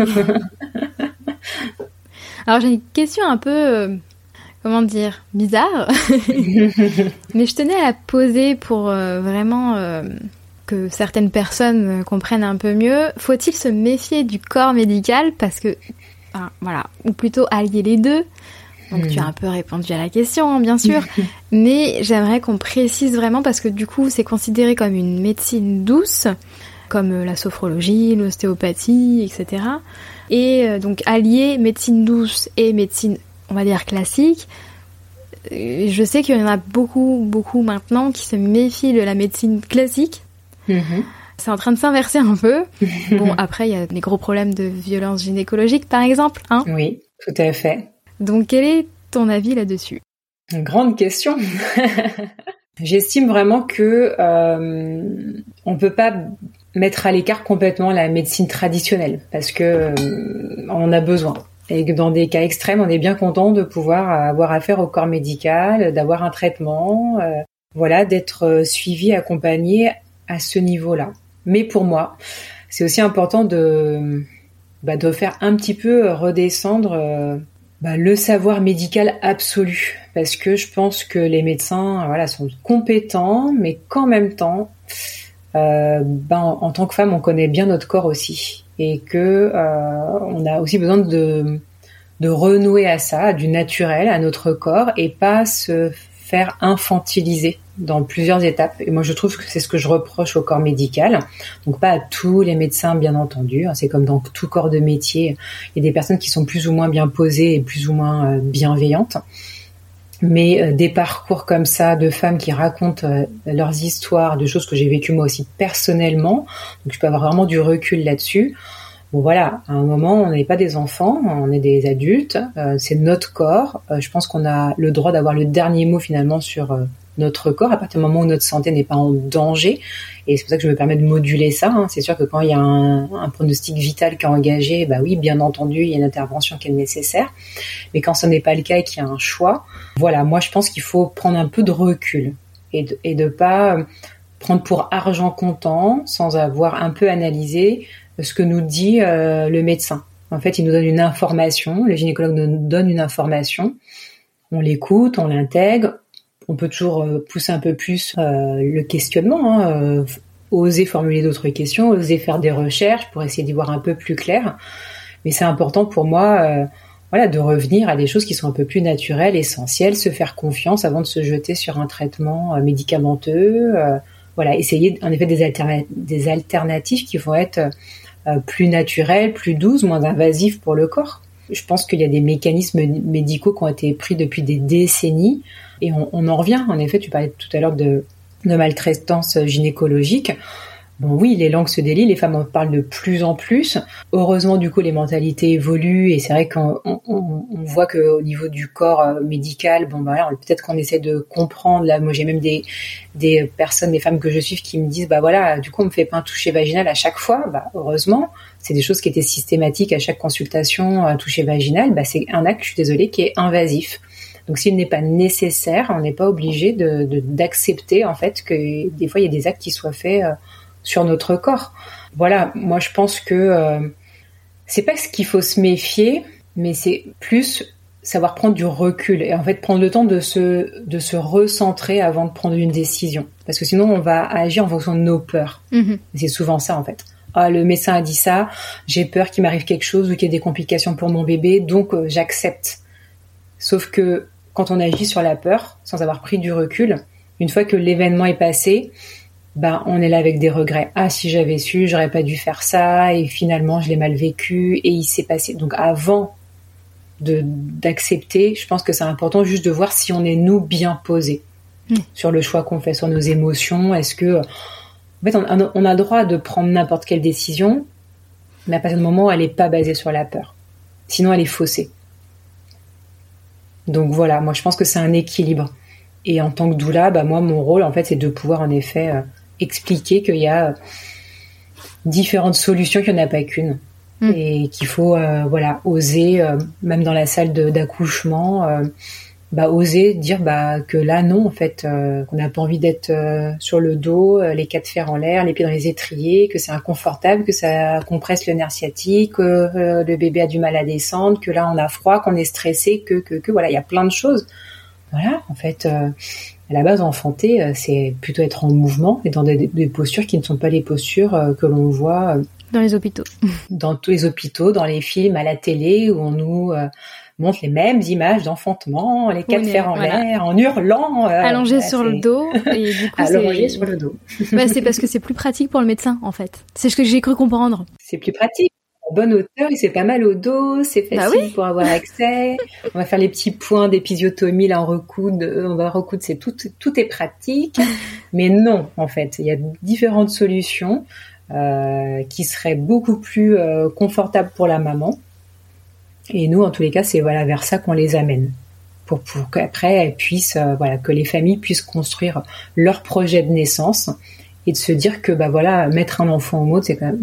Alors j'ai une question un peu, comment dire, bizarre, mais je tenais à la poser pour vraiment que certaines personnes comprennent un peu mieux. Faut-il se méfier du corps médical parce que, voilà, ou plutôt allier les deux? Donc tu as un peu répondu à la question, hein, bien sûr, mais j'aimerais qu'on précise vraiment parce que du coup c'est considéré comme une médecine douce, comme la sophrologie, l'ostéopathie, etc. Et donc allier médecine douce et médecine, on va dire, classique. Je sais qu'il y en a beaucoup maintenant qui se méfient de la médecine classique. C'est en train de s'inverser un peu. Bon, après, il y a des gros problèmes de violence gynécologique, par exemple. Hein ? Oui, tout à fait. Donc, quel est ton avis là-dessus ? Une grande question. J'estime vraiment que on peut pas mettre à l'écart complètement la médecine traditionnelle, parce que on en a besoin. Et que dans des cas extrêmes, on est bien content de pouvoir avoir affaire au corps médical, d'avoir un traitement, voilà, d'être suivi, accompagné à ce niveau-là. Mais pour moi, c'est aussi important de faire un petit peu redescendre le savoir médical absolu, parce que je pense que les médecins, voilà, sont compétents, mais qu'en même temps, en tant que femme, on connaît bien notre corps aussi, et que on a aussi besoin de renouer à ça, à du naturel, à notre corps, et pas se faire infantiliser dans plusieurs étapes. Et moi, je trouve que c'est ce que je reproche au corps médical. Donc, pas à tous les médecins, bien entendu. C'est comme dans tout corps de métier. Il y a des personnes qui sont plus ou moins bien posées et plus ou moins bienveillantes. Mais des parcours comme ça de femmes qui racontent leurs histoires, de choses que j'ai vécues moi aussi personnellement, donc je peux avoir vraiment du recul là-dessus. Bon voilà, à un moment, on n'est pas des enfants, on est des adultes, c'est notre corps. Je pense qu'on a le droit d'avoir le dernier mot finalement sur notre corps à partir du moment où notre santé n'est pas en danger. Et c'est pour ça que je me permets de moduler ça. C'est sûr que quand il y a un pronostic vital qui est engagé, oui, bien entendu, il y a une intervention qui est nécessaire. Mais quand ce n'est pas le cas et qu'il y a un choix, voilà, moi je pense qu'il faut prendre un peu de recul et de pas prendre pour argent comptant sans avoir un peu analysé ce que nous dit le médecin. En fait, il nous donne une information, le gynécologue nous donne une information, on l'écoute, on l'intègre, on peut toujours pousser un peu plus le questionnement, oser formuler d'autres questions, oser faire des recherches pour essayer d'y voir un peu plus clair. Mais c'est important pour moi de revenir à des choses qui sont un peu plus naturelles, essentielles, se faire confiance avant de se jeter sur un traitement médicamenteux. Essayer en effet des alternatives qui vont être plus naturelles, plus douces, moins invasives pour le corps. Je pense qu'il y a des mécanismes médicaux qui ont été pris depuis des décennies et on en revient. En effet, tu parlais tout à l'heure de maltraitance gynécologique. Bon, oui, les langues se délient, les femmes en parlent de plus en plus. Heureusement, du coup, les mentalités évoluent et c'est vrai qu'on voit qu'au niveau du corps médical, bon, bah, peut-être qu'on essaie de comprendre. Là, moi, j'ai même des personnes, des femmes que je suis qui me disent, bah voilà, du coup, on me fait pas un toucher vaginal à chaque fois. Bah, heureusement, c'est des choses qui étaient systématiques à chaque consultation, un toucher vaginal. Bah, c'est un acte, je suis désolée, qui est invasif. Donc, s'il n'est pas nécessaire, on n'est pas obligé d'accepter, en fait, que des fois, il y a des actes qui soient faits sur notre corps. Voilà, moi je pense que c'est pas ce qu'il faut se méfier, mais c'est plus savoir prendre du recul et en fait prendre le temps de se recentrer avant de prendre une décision. Parce que sinon on va agir en fonction de nos peurs. Et c'est souvent ça en fait. Ah, le médecin a dit ça, j'ai peur qu'il m'arrive quelque chose ou qu'il y ait des complications pour mon bébé, donc j'accepte. Sauf que quand on agit sur la peur, sans avoir pris du recul, une fois que l'événement est passé, bah, on est là avec des regrets. Ah, si j'avais su, j'aurais pas dû faire ça, et finalement, je l'ai mal vécu, et il s'est passé. Donc, avant d'accepter, je pense que c'est important juste de voir si on est, nous, bien posés sur le choix qu'on fait, sur nos émotions. Est-ce que, en fait, on a le droit de prendre n'importe quelle décision, mais à partir du moment où elle est pas basée sur la peur. Sinon, elle est faussée. Donc, voilà. Moi, je pense que c'est un équilibre. Et en tant que doula, bah, moi, mon rôle, en fait, c'est de pouvoir, en effet, expliquer qu'il y a différentes solutions, qu'il n'y en a pas qu'une. Et qu'il faut oser, même dans la salle d'accouchement, oser dire que là, non, en fait, qu'on n'a pas envie d'être sur le dos, les quatre fers en l'air, les pieds dans les étriers, que c'est inconfortable, que ça compresse le nerf sciatique, que le bébé a du mal à descendre, que là, on a froid, qu'on est stressé, que voilà, il y a plein de choses. Voilà, en fait, à la base, enfanter, c'est plutôt être en mouvement et dans des postures qui ne sont pas les postures que l'on voit dans les hôpitaux. Dans tous les hôpitaux, dans les films, à la télé, où on nous montre les mêmes images d'enfantement, les quatre fers en l'air, en hurlant. Allongé sur le dos. Et du coup, allongé sur le dos. C'est parce que c'est plus pratique pour le médecin, en fait. C'est ce que j'ai cru comprendre. C'est plus pratique. En bonne hauteur, il fait pas mal au dos, c'est facile pour avoir accès. On va faire les petits points d'épisiotomie, là, on va recoudre, tout est pratique. Mais non, en fait, il y a différentes solutions qui seraient beaucoup plus confortables pour la maman. Et nous, en tous les cas, c'est vers ça qu'on les amène. Pour qu'après, elles puissent, que les familles puissent construire leur projet de naissance. Et de se dire que mettre un enfant au monde, c'est quand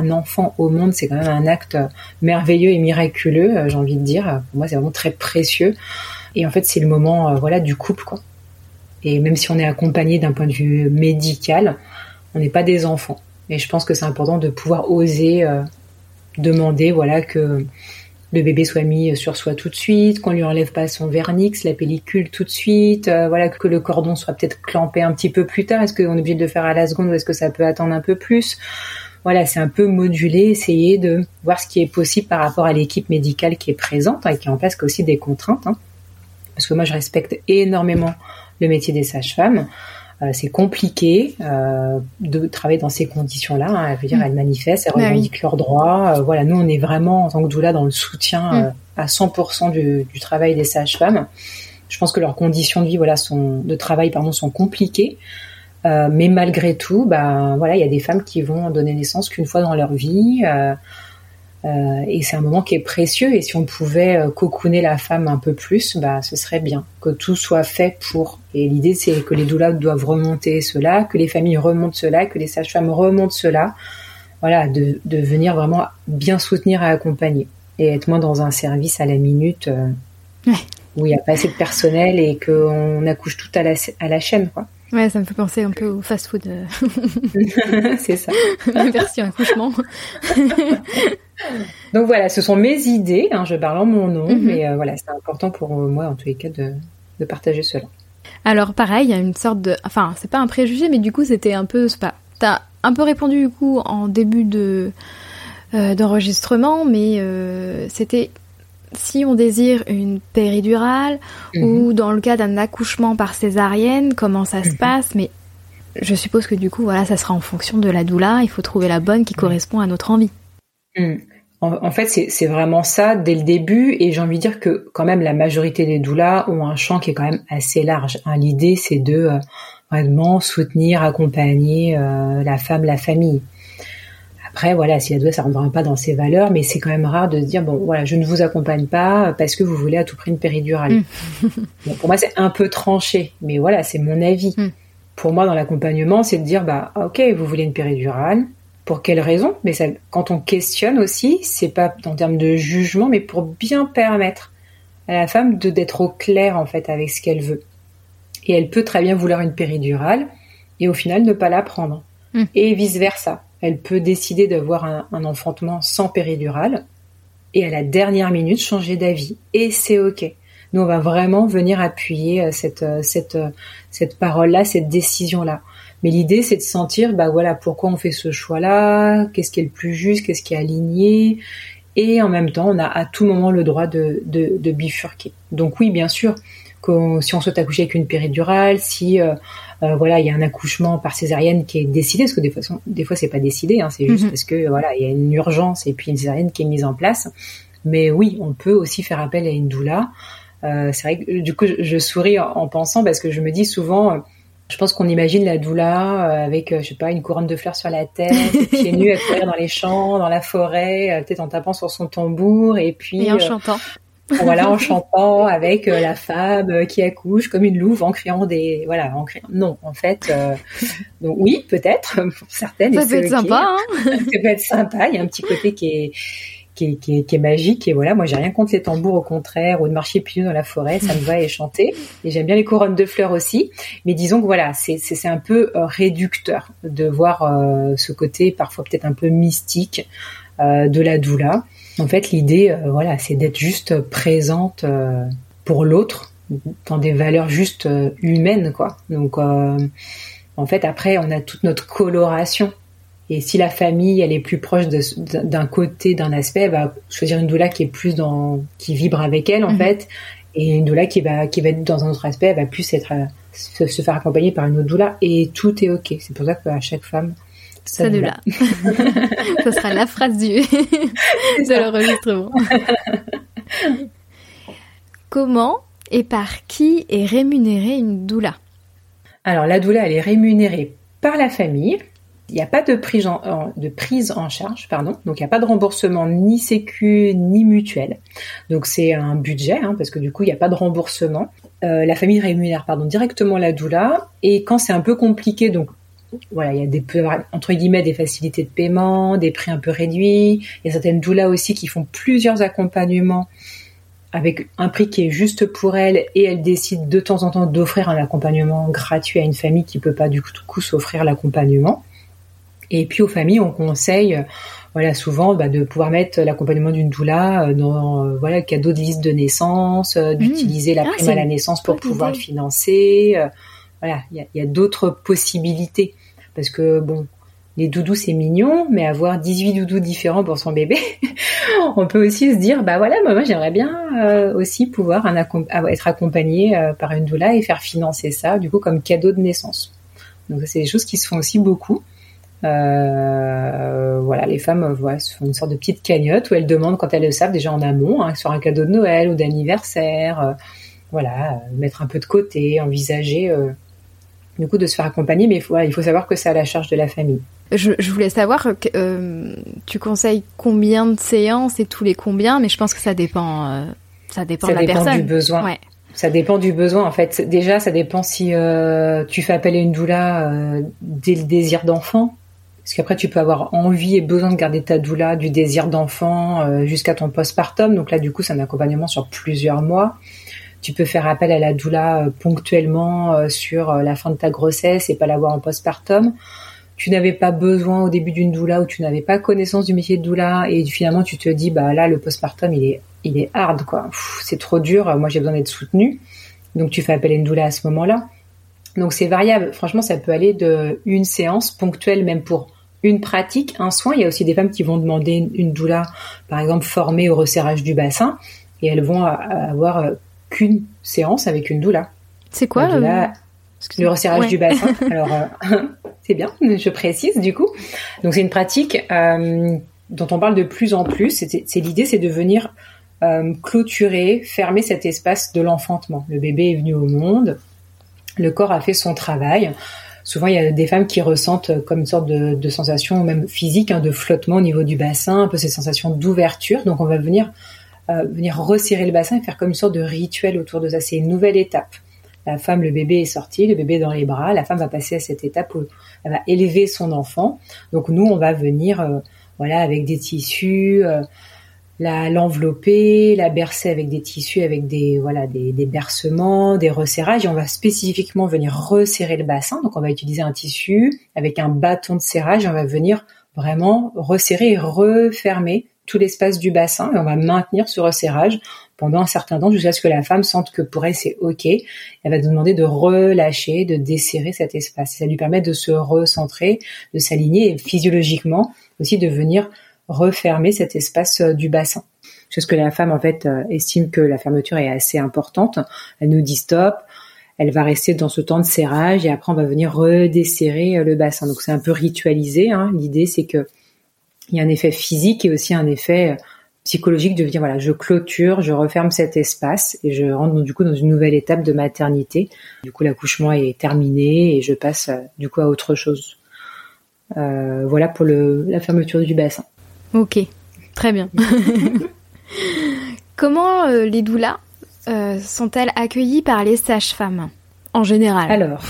même un acte merveilleux et miraculeux, j'ai envie de dire. Pour moi, c'est vraiment très précieux. Et en fait, c'est le moment du couple, quoi. Et même si on est accompagné d'un point de vue médical, on n'est pas des enfants. Et je pense que c'est important de pouvoir oser demander que le bébé soit mis sur soi tout de suite, qu'on lui enlève pas son vernix, la pellicule tout de suite, que le cordon soit peut-être clampé un petit peu plus tard. Est-ce qu'on est obligé de le faire à la seconde ou est-ce que ça peut attendre un peu plus? Voilà, c'est un peu moduler, essayer de voir ce qui est possible par rapport à l'équipe médicale qui est présente et qui est en place, qui a aussi des contraintes. Parce que moi, je respecte énormément le métier des sages-femmes. C'est compliqué de travailler dans ces conditions-là. Elles manifestent, elles revendiquent leurs droits. Nous, on est vraiment, en tant que doula, dans le soutien à 100% du travail des sages-femmes. Je pense que leurs conditions de vie, de travail, sont compliquées. Mais malgré tout, il y a des femmes qui vont donner naissance qu'une fois dans leur vie. Et c'est un moment qui est précieux. Et si on pouvait cocooner la femme un peu plus, ce serait bien. Que tout soit fait pour. Et l'idée, c'est que les doulas doivent remonter cela, que les familles remontent cela, que les sages-femmes remontent cela. Voilà, de venir vraiment bien soutenir et accompagner. Et être moins dans un service à la minute où il n'y a pas assez de personnel et qu'on accouche tout à la chaîne, quoi. Ouais, ça me fait penser un peu au fast-food. C'est ça. La version accouchement. Donc voilà, ce sont mes idées, je parle en mon nom, mais c'est important pour moi, en tous les cas, de partager cela. Alors pareil, il y a une sorte de... Enfin, c'est pas un préjugé, mais du coup, c'était un peu... T'as un peu répondu, du coup, en début d'enregistrement, mais c'était... Si on désire une péridurale ou dans le cas d'un accouchement par césarienne, comment ça se passe? Mais je suppose que du coup, ça sera en fonction de la doula. Il faut trouver la bonne qui correspond à notre envie. En fait, c'est vraiment ça dès le début. Et j'ai envie de dire que quand même la majorité des doulas ont un champ qui est quand même assez large. L'idée, c'est de vraiment soutenir, accompagner la femme, la famille. Après, voilà, si la doula, ça ne rentrera pas dans ses valeurs, mais c'est quand même rare de se dire, bon, voilà, je ne vous accompagne pas parce que vous voulez à tout prix une péridurale. Bon, pour moi, c'est un peu tranché, mais voilà, c'est mon avis. Pour moi, dans l'accompagnement, c'est de dire, bah, ok, vous voulez une péridurale, pour quelle raison? Mais ça, quand on questionne aussi, c'est pas en termes de jugement, mais pour bien permettre à la femme d'être au clair, en fait, avec ce qu'elle veut. Et elle peut très bien vouloir une péridurale, et au final, ne pas la prendre. Et vice-versa. Elle peut décider d'avoir un enfantement sans péridurale et à la dernière minute changer d'avis. Et c'est ok. Nous, on va vraiment venir appuyer cette parole-là, cette décision-là. Mais l'idée, c'est de sentir, bah voilà, pourquoi on fait ce choix-là, qu'est-ce qui est le plus juste, qu'est-ce qui est aligné. Et en même temps, on a à tout moment le droit de bifurquer. Donc oui, bien sûr, si on souhaite accoucher avec une péridurale, si voilà, il y a un accouchement par césarienne qui est décidé, parce que des fois c'est pas décidé, hein, c'est juste parce que voilà, il y a une urgence et puis une césarienne qui est mise en place. Mais oui, on peut aussi faire appel à une doula. C'est vrai que du coup je souris en pensant, parce que je me dis souvent, je pense qu'on imagine la doula avec, je sais pas, une couronne de fleurs sur la tête, pieds nus à courir dans les champs, dans la forêt, peut-être en tapant sur son tambour et puis et en chantant. Voilà, en chantant avec la femme qui accouche comme une louve en criant non, en fait, donc oui, peut-être pour certaines. Ça peut être sympa, hein. Ça peut être sympa. Il y a un petit côté qui est magique, et voilà, moi j'ai rien contre les tambours, au contraire, ou de marcher pieds nus dans la forêt, ça me va, et chanter. Et j'aime bien les couronnes de fleurs aussi. Mais disons que voilà, c'est un peu réducteur de voir ce côté parfois peut-être un peu mystique de la doula. En fait, l'idée, voilà, c'est d'être juste présente pour l'autre, dans des valeurs juste humaines, quoi. Donc, en fait, après, on a toute notre coloration. Et si la famille, elle est plus proche d'un côté, d'un aspect, elle va choisir une doula qui est plus qui vibre avec elle, en fait. Et une doula qui va être dans un autre aspect, elle va plus se faire accompagner par une autre doula. Et tout est ok. C'est pour ça qu'à chaque femme, ça doula. Ça sera la phrase de l'enregistrement. Comment et par qui est rémunérée une doula? Alors, la doula, elle est rémunérée par la famille. Il n'y a pas de prise en charge, pardon. Donc, il n'y a pas de remboursement ni sécu ni mutuelle. Donc, c'est un budget, hein, parce que du coup, il n'y a pas de remboursement. La famille rémunère, directement la doula. Et quand c'est un peu compliqué, donc voilà, il y a entre guillemets des facilités de paiement, des prix un peu réduits. Il y a certaines doulas aussi qui font plusieurs accompagnements avec un prix qui est juste pour elles, et elles décident de temps en temps d'offrir un accompagnement gratuit à une famille qui peut pas du coup s'offrir l'accompagnement. Et puis aux familles, on conseille, voilà, souvent de pouvoir mettre l'accompagnement d'une doula dans le cadeau de liste de naissance, d'utiliser la prime à la naissance pour pouvoir le financer. Voilà, il y a d'autres possibilités. Parce que, bon, les doudous, c'est mignon, mais avoir 18 doudous différents pour son bébé, on peut aussi se dire, bah voilà, moi j'aimerais bien aussi pouvoir être accompagnée par une doula et faire financer ça, du coup, comme cadeau de naissance. Donc, c'est des choses qui se font aussi beaucoup. Voilà, les femmes se font une sorte de petite cagnotte où elles demandent, quand elles le savent, déjà en amont, hein, sur un cadeau de Noël ou d'anniversaire, mettre un peu de côté, envisager... du coup de se faire accompagner, mais il faut savoir que c'est à la charge de la famille. Je voulais savoir, tu conseilles combien de séances et tous les combien, mais je pense que ça dépend de la personne. Ça dépend du besoin. Ouais. Ça dépend du besoin, en fait. Déjà, ça dépend si tu fais appel à une doula dès le désir d'enfant, parce qu'après tu peux avoir envie et besoin de garder ta doula du désir d'enfant jusqu'à ton postpartum. Donc là, du coup, c'est un accompagnement sur plusieurs mois. Tu peux faire appel à la doula ponctuellement sur la fin de ta grossesse et pas l'avoir en postpartum. Tu n'avais pas besoin au début d'une doula, ou tu n'avais pas connaissance du métier de doula, et finalement tu te dis, bah là, le postpartum, il est hard, quoi. C'est trop dur, moi j'ai besoin d'être soutenue. Donc tu fais appel à une doula à ce moment-là. Donc c'est variable. Franchement, ça peut aller de une séance ponctuelle, même pour une pratique, un soin. Il y a aussi des femmes qui vont demander une doula, par exemple, formée au resserrage du bassin, et elles vont avoir qu'une séance avec une doula. C'est quoi le resserrage du bassin? Alors, c'est bien, je précise du coup. Donc, c'est une pratique dont on parle de plus en plus. L'idée, c'est de venir clôturer, fermer cet espace de l'enfantement. Le bébé est venu au monde. le corps a fait son travail. Souvent, il y a des femmes qui ressentent comme une sorte de sensation, même physique, de flottement au niveau du bassin, un peu ces sensations d'ouverture. Donc, on va venir resserrer le bassin et faire comme une sorte de rituel autour de ça. C'est une nouvelle étape. La femme, le bébé est sorti, le bébé est dans les bras. La femme va passer à cette étape où elle va élever son enfant. Donc, nous, on va venir, avec des tissus, l'envelopper, la bercer avec des tissus, avec des bercements, des resserrages, et on va spécifiquement venir resserrer le bassin. Donc on va utiliser un tissu avec un bâton de serrage, et on va venir vraiment resserrer et refermer tout l'espace du bassin, et on va maintenir ce resserrage pendant un certain temps jusqu'à ce que la femme sente que pour elle c'est ok. Elle va nous demander de relâcher, de desserrer cet espace. Ça lui permet de se recentrer, de s'aligner, et physiologiquement aussi de venir refermer cet espace du bassin. Chose que la femme, en fait, estime que la fermeture est assez importante. Elle nous dit stop. Elle va rester dans ce temps de serrage et après, on va venir redesserrer le bassin. Donc, c'est un peu ritualisé. L'idée, c'est que il y a un effet physique et aussi un effet psychologique de dire, voilà, je clôture, je referme cet espace et je rentre du coup dans une nouvelle étape de maternité. Du coup, l'accouchement est terminé et je passe du coup à autre chose. Voilà pour la fermeture du bassin. Ok, très bien. Comment les doulas sont-elles accueillies par les sages-femmes en général? Alors,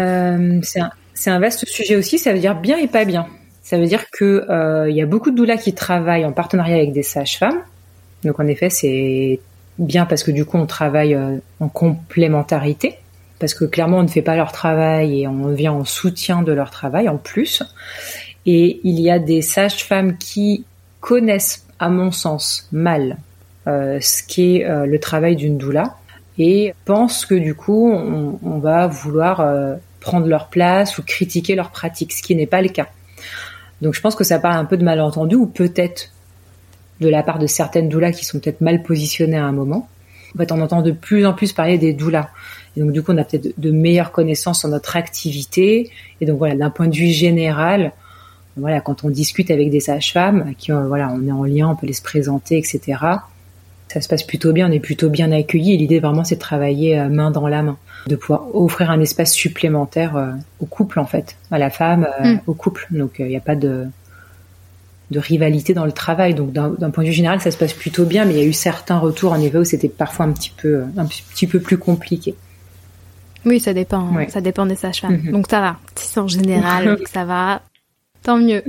c'est un vaste sujet aussi, ça veut dire bien et pas bien. Ça veut dire que il y a beaucoup de doulas qui travaillent en partenariat avec des sages-femmes. Donc en effet, c'est bien parce que du coup, on travaille en complémentarité. Parce que clairement, on ne fait pas leur travail et on vient en soutien de leur travail en plus. Et il y a des sages-femmes qui connaissent, à mon sens, mal ce qu'est le travail d'une doula et pensent que du coup, on va vouloir prendre leur place ou critiquer leur pratique, ce qui n'est pas le cas. Donc je pense que ça parle un peu de malentendu ou peut-être de la part de certaines doulas qui sont peut-être mal positionnées à un moment. En fait, on entend de plus en plus parler des doulas. Et donc du coup, on a peut-être de meilleures connaissances sur notre activité. Et donc voilà, d'un point de vue général, voilà, quand on discute avec des sages-femmes, qui on est en lien, on peut les se présenter, etc. Ça se passe plutôt bien, on est plutôt bien accueillis. Et l'idée vraiment, c'est de travailler main dans la main, de pouvoir offrir un espace supplémentaire au couple en fait, à la femme, au couple. Donc il n'y a pas de rivalité dans le travail. Donc d'un point de vue général, ça se passe plutôt bien, mais il y a eu certains retours en effet où c'était parfois un petit peu plus compliqué. Oui, ça dépend. Ouais. Ça dépend des sages-femmes. Mm-hmm. Donc ça va. Si c'est en général, ça va. Tant mieux.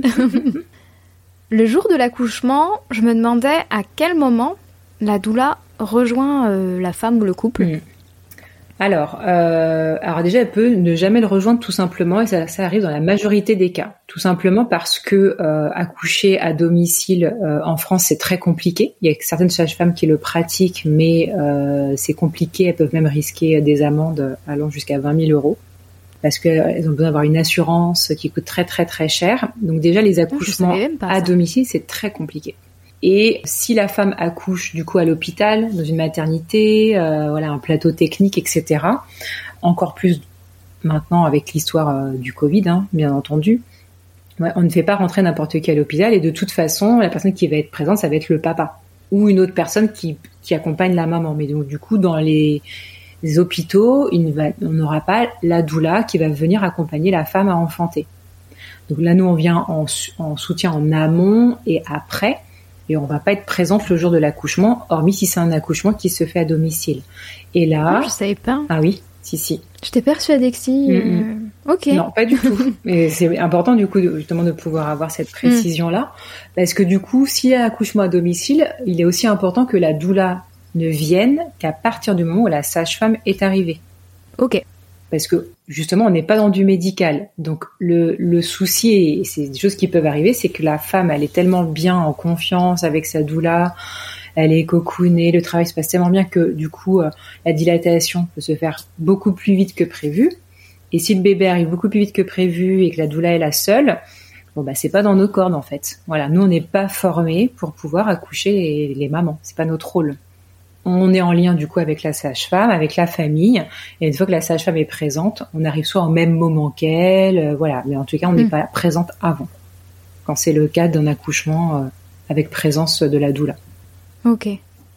Le jour de l'accouchement, je me demandais à quel moment la doula rejoint la femme ou le couple. Alors déjà, elle peut ne jamais le rejoindre tout simplement, et ça arrive dans la majorité des cas. Tout simplement parce que accoucher à domicile en France, c'est très compliqué. Il y a certaines sages-femmes qui le pratiquent, mais c'est compliqué. Elles peuvent même risquer des amendes allant jusqu'à 20 000 € parce qu'elles ont besoin d'avoir une assurance qui coûte très très très cher. Donc déjà, les accouchements à domicile, c'est très compliqué. Et si la femme accouche du coup à l'hôpital, dans une maternité, un plateau technique, etc. Encore plus maintenant avec l'histoire du Covid, bien entendu. Ouais, on ne fait pas rentrer n'importe qui à l'hôpital et de toute façon, la personne qui va être présente, ça va être le papa ou une autre personne qui accompagne la maman. Mais donc du coup, dans les hôpitaux, on n'aura pas la doula qui va venir accompagner la femme à enfanter. Donc là, nous, on vient en soutien en amont et après. Et on va pas être présente le jour de l'accouchement, hormis si c'est un accouchement qui se fait à domicile. Et là... Je savais pas. Ah oui, si. J'étais persuadée que si. Ok. Non, pas du tout. Et c'est important du coup justement de pouvoir avoir cette précision-là. Parce que du coup, s'il y a un accouchement à domicile, il est aussi important que la doula ne vienne qu'à partir du moment où la sage-femme est arrivée. Ok. Parce que justement, on n'est pas dans du médical. Donc le souci, et c'est des choses qui peuvent arriver, c'est que la femme, elle est tellement bien en confiance avec sa doula, elle est cocoonée, le travail se passe tellement bien que du coup, la dilatation peut se faire beaucoup plus vite que prévu. Et si le bébé arrive beaucoup plus vite que prévu et que la doula est la seule, c'est pas dans nos cordes en fait. Voilà, nous on n'est pas formés pour pouvoir accoucher les mamans, c'est pas notre rôle. On est en lien du coup avec la sage-femme, avec la famille, et une fois que la sage-femme est présente, on arrive soit au même moment qu'elle, mais en tout cas on n'est pas présente avant, quand c'est le cas d'un accouchement avec présence de la doula. Ok.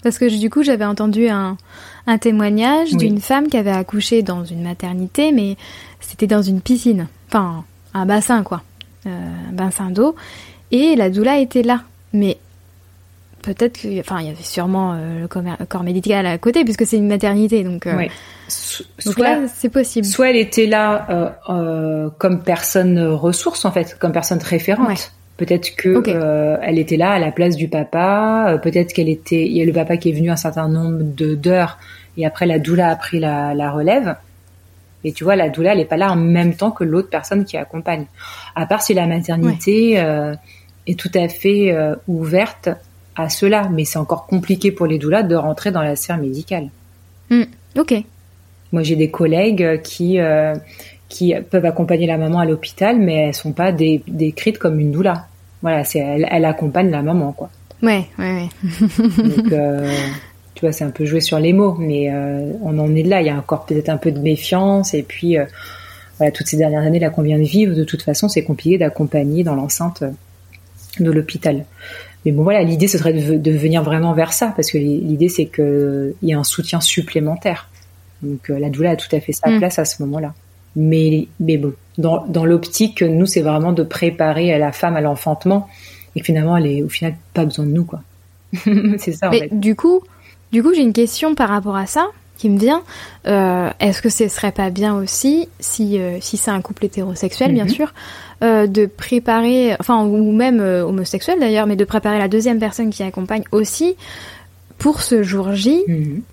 Parce que du coup, j'avais entendu un témoignage d'une femme qui avait accouché dans une maternité, mais c'était dans une piscine. Enfin, un bassin, quoi. Un bassin d'eau. Et la doula était là. Mais peut-être qu'il y avait sûrement le corps médical à côté, puisque c'est une maternité. Donc, donc là, c'est possible. Soit elle était là comme personne ressource, en fait, comme personne référente. Ouais. Peut-être que elle était là à la place du papa. Peut-être il y a le papa qui est venu un certain nombre d'heures et après la doula a pris la relève. Et tu vois, la doula, elle est pas là en même temps que l'autre personne qui accompagne. À part si la maternité est tout à fait ouverte à cela, mais c'est encore compliqué pour les doulas de rentrer dans la sphère médicale. Ok. Moi, j'ai des collègues qui peuvent accompagner la maman à l'hôpital, mais elles sont pas décrites comme une doula. Voilà, elle accompagne la maman, quoi. Ouais. Donc, tu vois, c'est un peu joué sur les mots, mais on en est là. Il y a encore peut-être un peu de méfiance, et puis voilà, toutes ces dernières années là qu'on vient de vivre, de toute façon, c'est compliqué d'accompagner dans l'enceinte de l'hôpital. Mais bon, voilà, l'idée ce serait de venir vraiment vers ça, parce que l'idée c'est qu'il y a un soutien supplémentaire. Donc la doula a tout à fait sa place à ce moment-là. Mais bon, dans l'optique, nous, c'est vraiment de préparer la femme à l'enfantement, et finalement, elle est au final pas besoin de nous, quoi. C'est ça, en fait. Du coup, j'ai une question par rapport à ça qui me vient. Est-ce que ce serait pas bien aussi, si c'est un couple hétérosexuel, bien sûr, de préparer, ou même homosexuel d'ailleurs, mais de préparer la deuxième personne qui accompagne aussi pour ce jour J,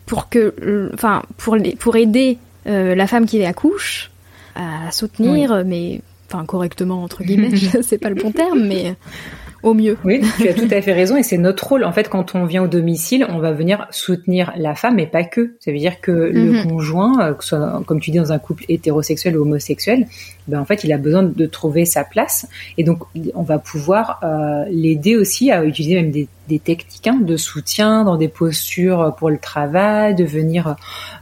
pour aider la femme qui accouche à soutenir, mais correctement entre guillemets, c'est pas le bon terme, mais au mieux. Oui, tu as tout à fait raison, et c'est notre rôle. En fait, quand on vient au domicile, on va venir soutenir la femme, mais pas que. Ça veut dire que le conjoint, que ce soit, comme tu dis, dans un couple hétérosexuel ou homosexuel, en fait, il a besoin de trouver sa place, et donc on va pouvoir l'aider aussi à utiliser même des techniques de soutien dans des postures pour le travail, de venir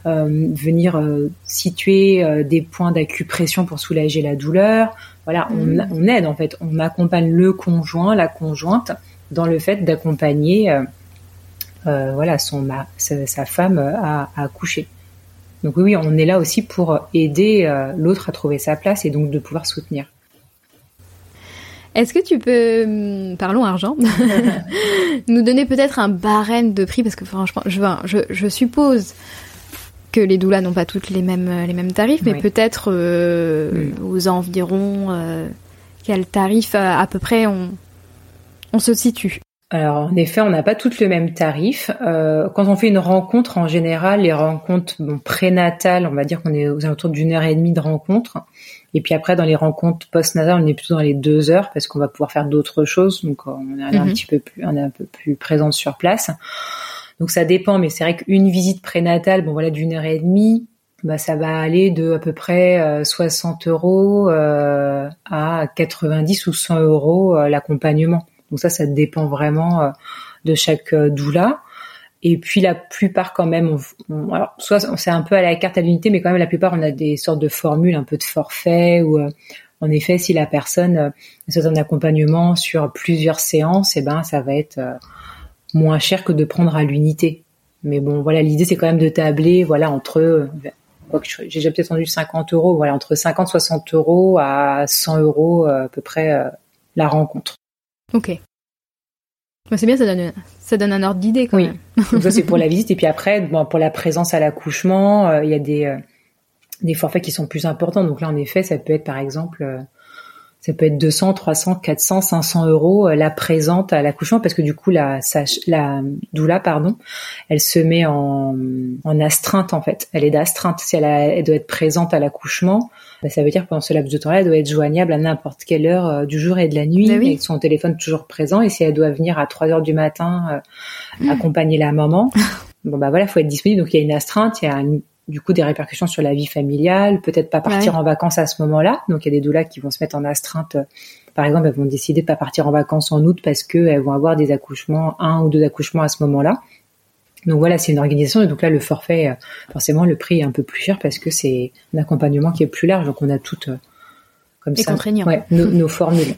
situer des points d'acupression pour soulager la douleur. Voilà, on aide, en fait, on accompagne le conjoint, la conjointe dans le fait d'accompagner sa femme à accoucher. Donc oui, on est là aussi pour aider l'autre à trouver sa place et donc de pouvoir soutenir. Est-ce que tu peux, parlons argent, nous donner peut-être un barème de prix, parce que franchement, je suppose que les doulas n'ont pas toutes les mêmes tarifs, mais peut-être aux environs, quel tarif à peu près on se situe? Alors, en effet, on n'a pas toutes le même tarif. Quand on fait une rencontre, en général, les rencontres prénatales, on va dire qu'on est aux alentours d'1h30 de rencontre. Et puis après, dans les rencontres post-natales, on est plutôt dans les 2 heures, parce qu'on va pouvoir faire d'autres choses. Donc, on est un peu plus présente sur place. Donc, ça dépend, mais c'est vrai qu'une visite prénatale, d'1h30, ça va aller de à peu près 60 € à 90 ou 100 € l'accompagnement. Donc ça dépend vraiment de chaque doula. Et puis la plupart quand même, alors soit c'est un peu à la carte à l'unité, mais quand même la plupart on a des sortes de formules, un peu de forfait, ou en effet si la personne souhaite un accompagnement sur plusieurs séances, ça va être moins cher que de prendre à l'unité. Mais bon, voilà, l'idée c'est quand même de tabler, entre, j'ai déjà peut-être entendu 50 €, entre 50-60 € à 100 € à peu près la rencontre. Ok. C'est bien, ça donne un ordre d'idée quand même. Donc ça c'est pour la visite, et puis après, pour la présence à l'accouchement, il y a des forfaits qui sont plus importants. Donc là en effet, ça peut être par exemple, ça peut être 200, 300, 400, 500 € la présente à l'accouchement, parce que du coup la doula, elle se met en astreinte en fait. Elle est d'astreinte. Si elle doit être présente à l'accouchement, ça veut dire que pendant ce laps de temps-là, elle doit être joignable à n'importe quelle heure du jour et de la nuit, avec son téléphone toujours présent. Et si elle doit venir à 3h du matin accompagner la maman, faut être disponible. Donc il y a une astreinte, il y a du coup des répercussions sur la vie familiale, peut-être pas partir en vacances à ce moment-là. Donc il y a des doulas qui vont se mettre en astreinte. Par exemple, elles vont décider de pas partir en vacances en août parce que elles vont avoir des accouchements, 1 ou 2 accouchements à ce moment-là. Donc voilà, c'est une organisation, et donc là le forfait, forcément le prix est un peu plus cher parce que c'est un accompagnement qui est plus large, donc on a toutes comme et ça contraignant. nos formules.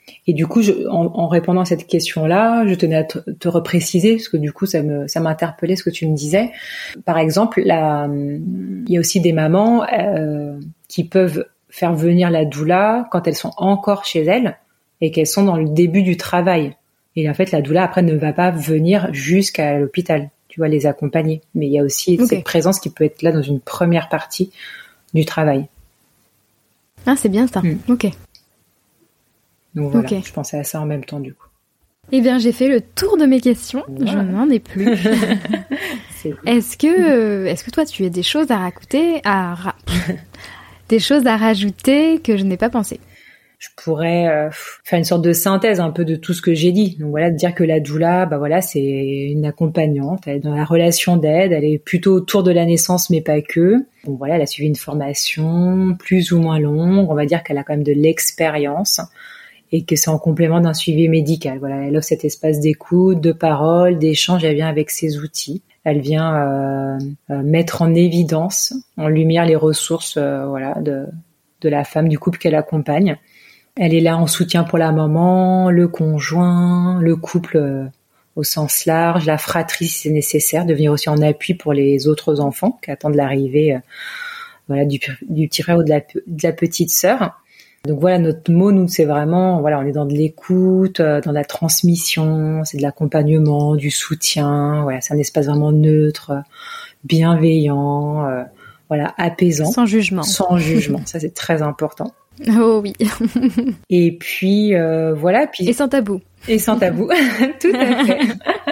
Et du coup, en répondant à cette question-là, je tenais à te repréciser, parce que du coup, ça m'a interpellé ce que tu me disais. Par exemple, il y a aussi des mamans qui peuvent faire venir la doula quand elles sont encore chez elles et qu'elles sont dans le début du travail. Et en fait, la doula, après, ne va pas venir jusqu'à l'hôpital, tu vois, les accompagner. Mais il y a aussi cette présence qui peut être là dans une première partie du travail. Ah, c'est bien ça. Ok. Donc voilà, je pensais à ça en même temps du coup. Eh bien, j'ai fait le tour de mes questions. Voilà. Je n'en ai plus. Est-ce que toi, tu as des choses à raconter, des choses à rajouter que je n'ai pas pensé? Je pourrais faire une sorte de synthèse un peu de tout ce que j'ai dit. Donc voilà, de dire que la doula, c'est une accompagnante. Elle est dans la relation d'aide. Elle est plutôt autour de la naissance, mais pas que. Donc voilà, elle a suivi une formation plus ou moins longue. On va dire qu'elle a quand même de l'expérience et que c'est en complément d'un suivi médical. Voilà, elle offre cet espace d'écoute, de parole, d'échange. Elle vient avec ses outils. Elle vient mettre en évidence, en lumière, les ressources, de la femme, du couple qu'elle accompagne. Elle est là en soutien pour la maman, le conjoint, le couple au sens large, la fratrie si c'est nécessaire, de venir aussi en appui pour les autres enfants qui attendent l'arrivée du petit frère ou de la petite sœur. Donc voilà, notre mot, nous, c'est vraiment, on est dans de l'écoute, dans la transmission, c'est de l'accompagnement, du soutien. Voilà, c'est un espace vraiment neutre, bienveillant, apaisant. Sans jugement. Sans jugement, ça c'est très important. Oh oui. Et puis Et sans tabou. Et sans tabou, tout à fait.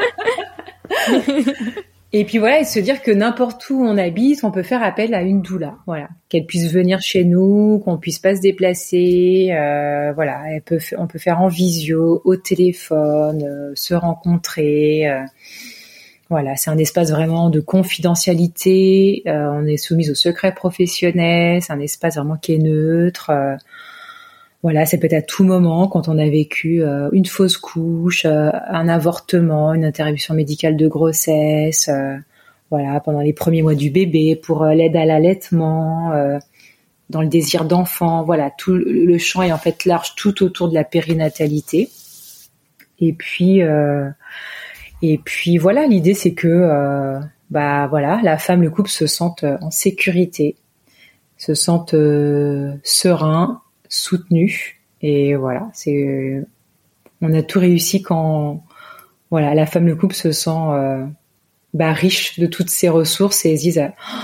Et puis et se dire que n'importe où on habite, on peut faire appel à une doula, qu'elle puisse venir chez nous, qu'on puisse pas se déplacer, on peut faire en visio, au téléphone, se rencontrer. C'est un espace vraiment de confidentialité. On est soumise au secret professionnel. C'est un espace vraiment qui est neutre. Ça peut être à tout moment quand on a vécu une fausse couche, un avortement, une interruption médicale de grossesse. Pendant les premiers mois du bébé, pour l'aide à l'allaitement, dans le désir d'enfant. Tout le champ est en fait large tout autour de la périnatalité. Et puis l'idée c'est que la femme, le couple se sentent en sécurité, se sentent sereins, soutenus, et on a tout réussi quand la femme, le couple se sent riche de toutes ses ressources et se disent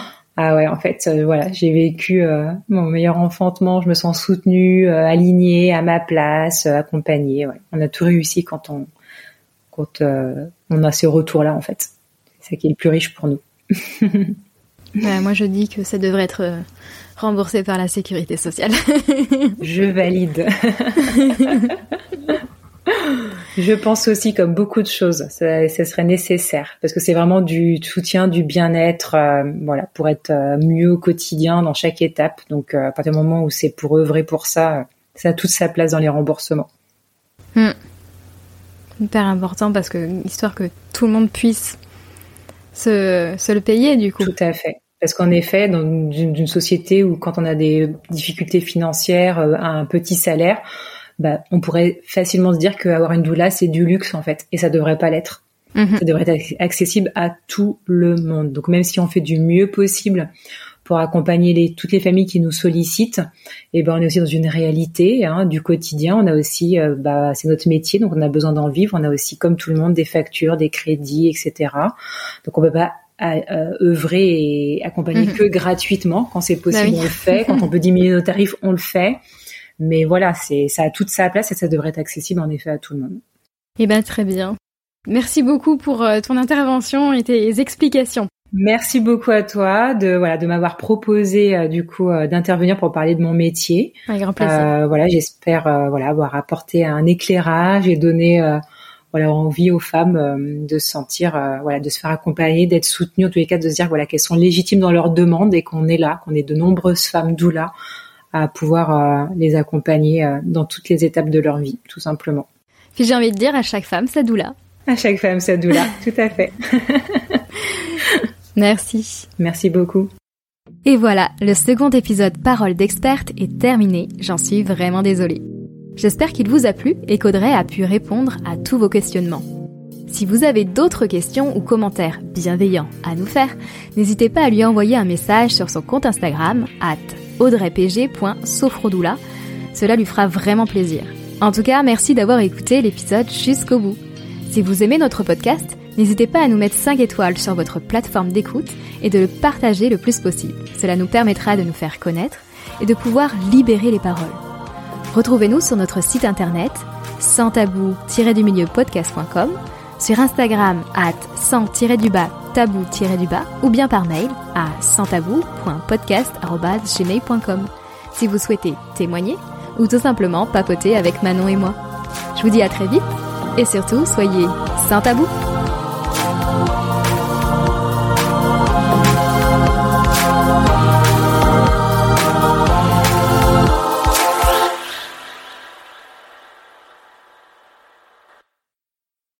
j'ai vécu mon meilleur enfantement, je me sens soutenue, alignée, à ma place, accompagnée. On a tout réussi quand on a ces retours-là, en fait. C'est ça qui est le plus riche pour nous. Moi, je dis que ça devrait être remboursé par la sécurité sociale. Je valide. Je pense aussi, comme beaucoup de choses, ça serait nécessaire, parce que c'est vraiment du soutien, du bien-être, pour être mieux au quotidien dans chaque étape. Donc, à partir du moment où c'est pour œuvrer pour ça, ça a toute sa place dans les remboursements. Hyper important, parce que histoire que tout le monde puisse se le payer, du coup. Tout à fait. Parce qu'en effet, dans une société où quand on a des difficultés financières, un petit salaire, on pourrait facilement se dire qu'avoir une doula, c'est du luxe, en fait. Et ça devrait pas l'être. Ça devrait être accessible à tout le monde. Donc même si on fait du mieux possible pour accompagner toutes les familles qui nous sollicitent, on est aussi dans une réalité du quotidien. On a aussi, c'est notre métier, donc on a besoin d'en vivre. On a aussi, comme tout le monde, des factures, des crédits, etc. Donc on peut pas œuvrer et accompagner que gratuitement. Quand c'est possible, on le fait. Quand on peut diminuer nos tarifs, on le fait. Mais ça a toute sa place et ça devrait être accessible en effet à tout le monde. Très bien. Merci beaucoup pour ton intervention et tes explications. Merci beaucoup à toi de m'avoir proposé d'intervenir pour parler de mon métier. Avec grand plaisir. J'espère avoir apporté un éclairage et donné envie aux femmes de se sentir de se faire accompagner, d'être soutenues, en tous les cas de se dire qu'elles sont légitimes dans leurs demandes et qu'on est là, qu'on est de nombreuses femmes doulas à pouvoir les accompagner dans toutes les étapes de leur vie, tout simplement. Puis j'ai envie de dire, à chaque femme sa doula. À chaque femme sa doula, tout à fait. Merci. Merci beaucoup. Et voilà, le second épisode Parole d'experte est terminé. J'en suis vraiment désolée. J'espère qu'il vous a plu et qu'Audrey a pu répondre à tous vos questionnements. Si vous avez d'autres questions ou commentaires bienveillants à nous faire, n'hésitez pas à lui envoyer un message sur son compte Instagram @audreypg.sofrodoula. Cela lui fera vraiment plaisir. En tout cas, merci d'avoir écouté l'épisode jusqu'au bout. Si vous aimez notre podcast, n'hésitez pas à nous mettre 5 étoiles sur votre plateforme d'écoute et de le partager le plus possible. Cela nous permettra de nous faire connaître et de pouvoir libérer les paroles. Retrouvez-nous sur notre site internet sans-tabou-podcast.com, sur Instagram @sans-tabou-, ou bien par mail à sans-tabou.podcast@gmail.com si vous souhaitez témoigner ou tout simplement papoter avec Manon et moi. Je vous dis à très vite et surtout soyez sans tabou.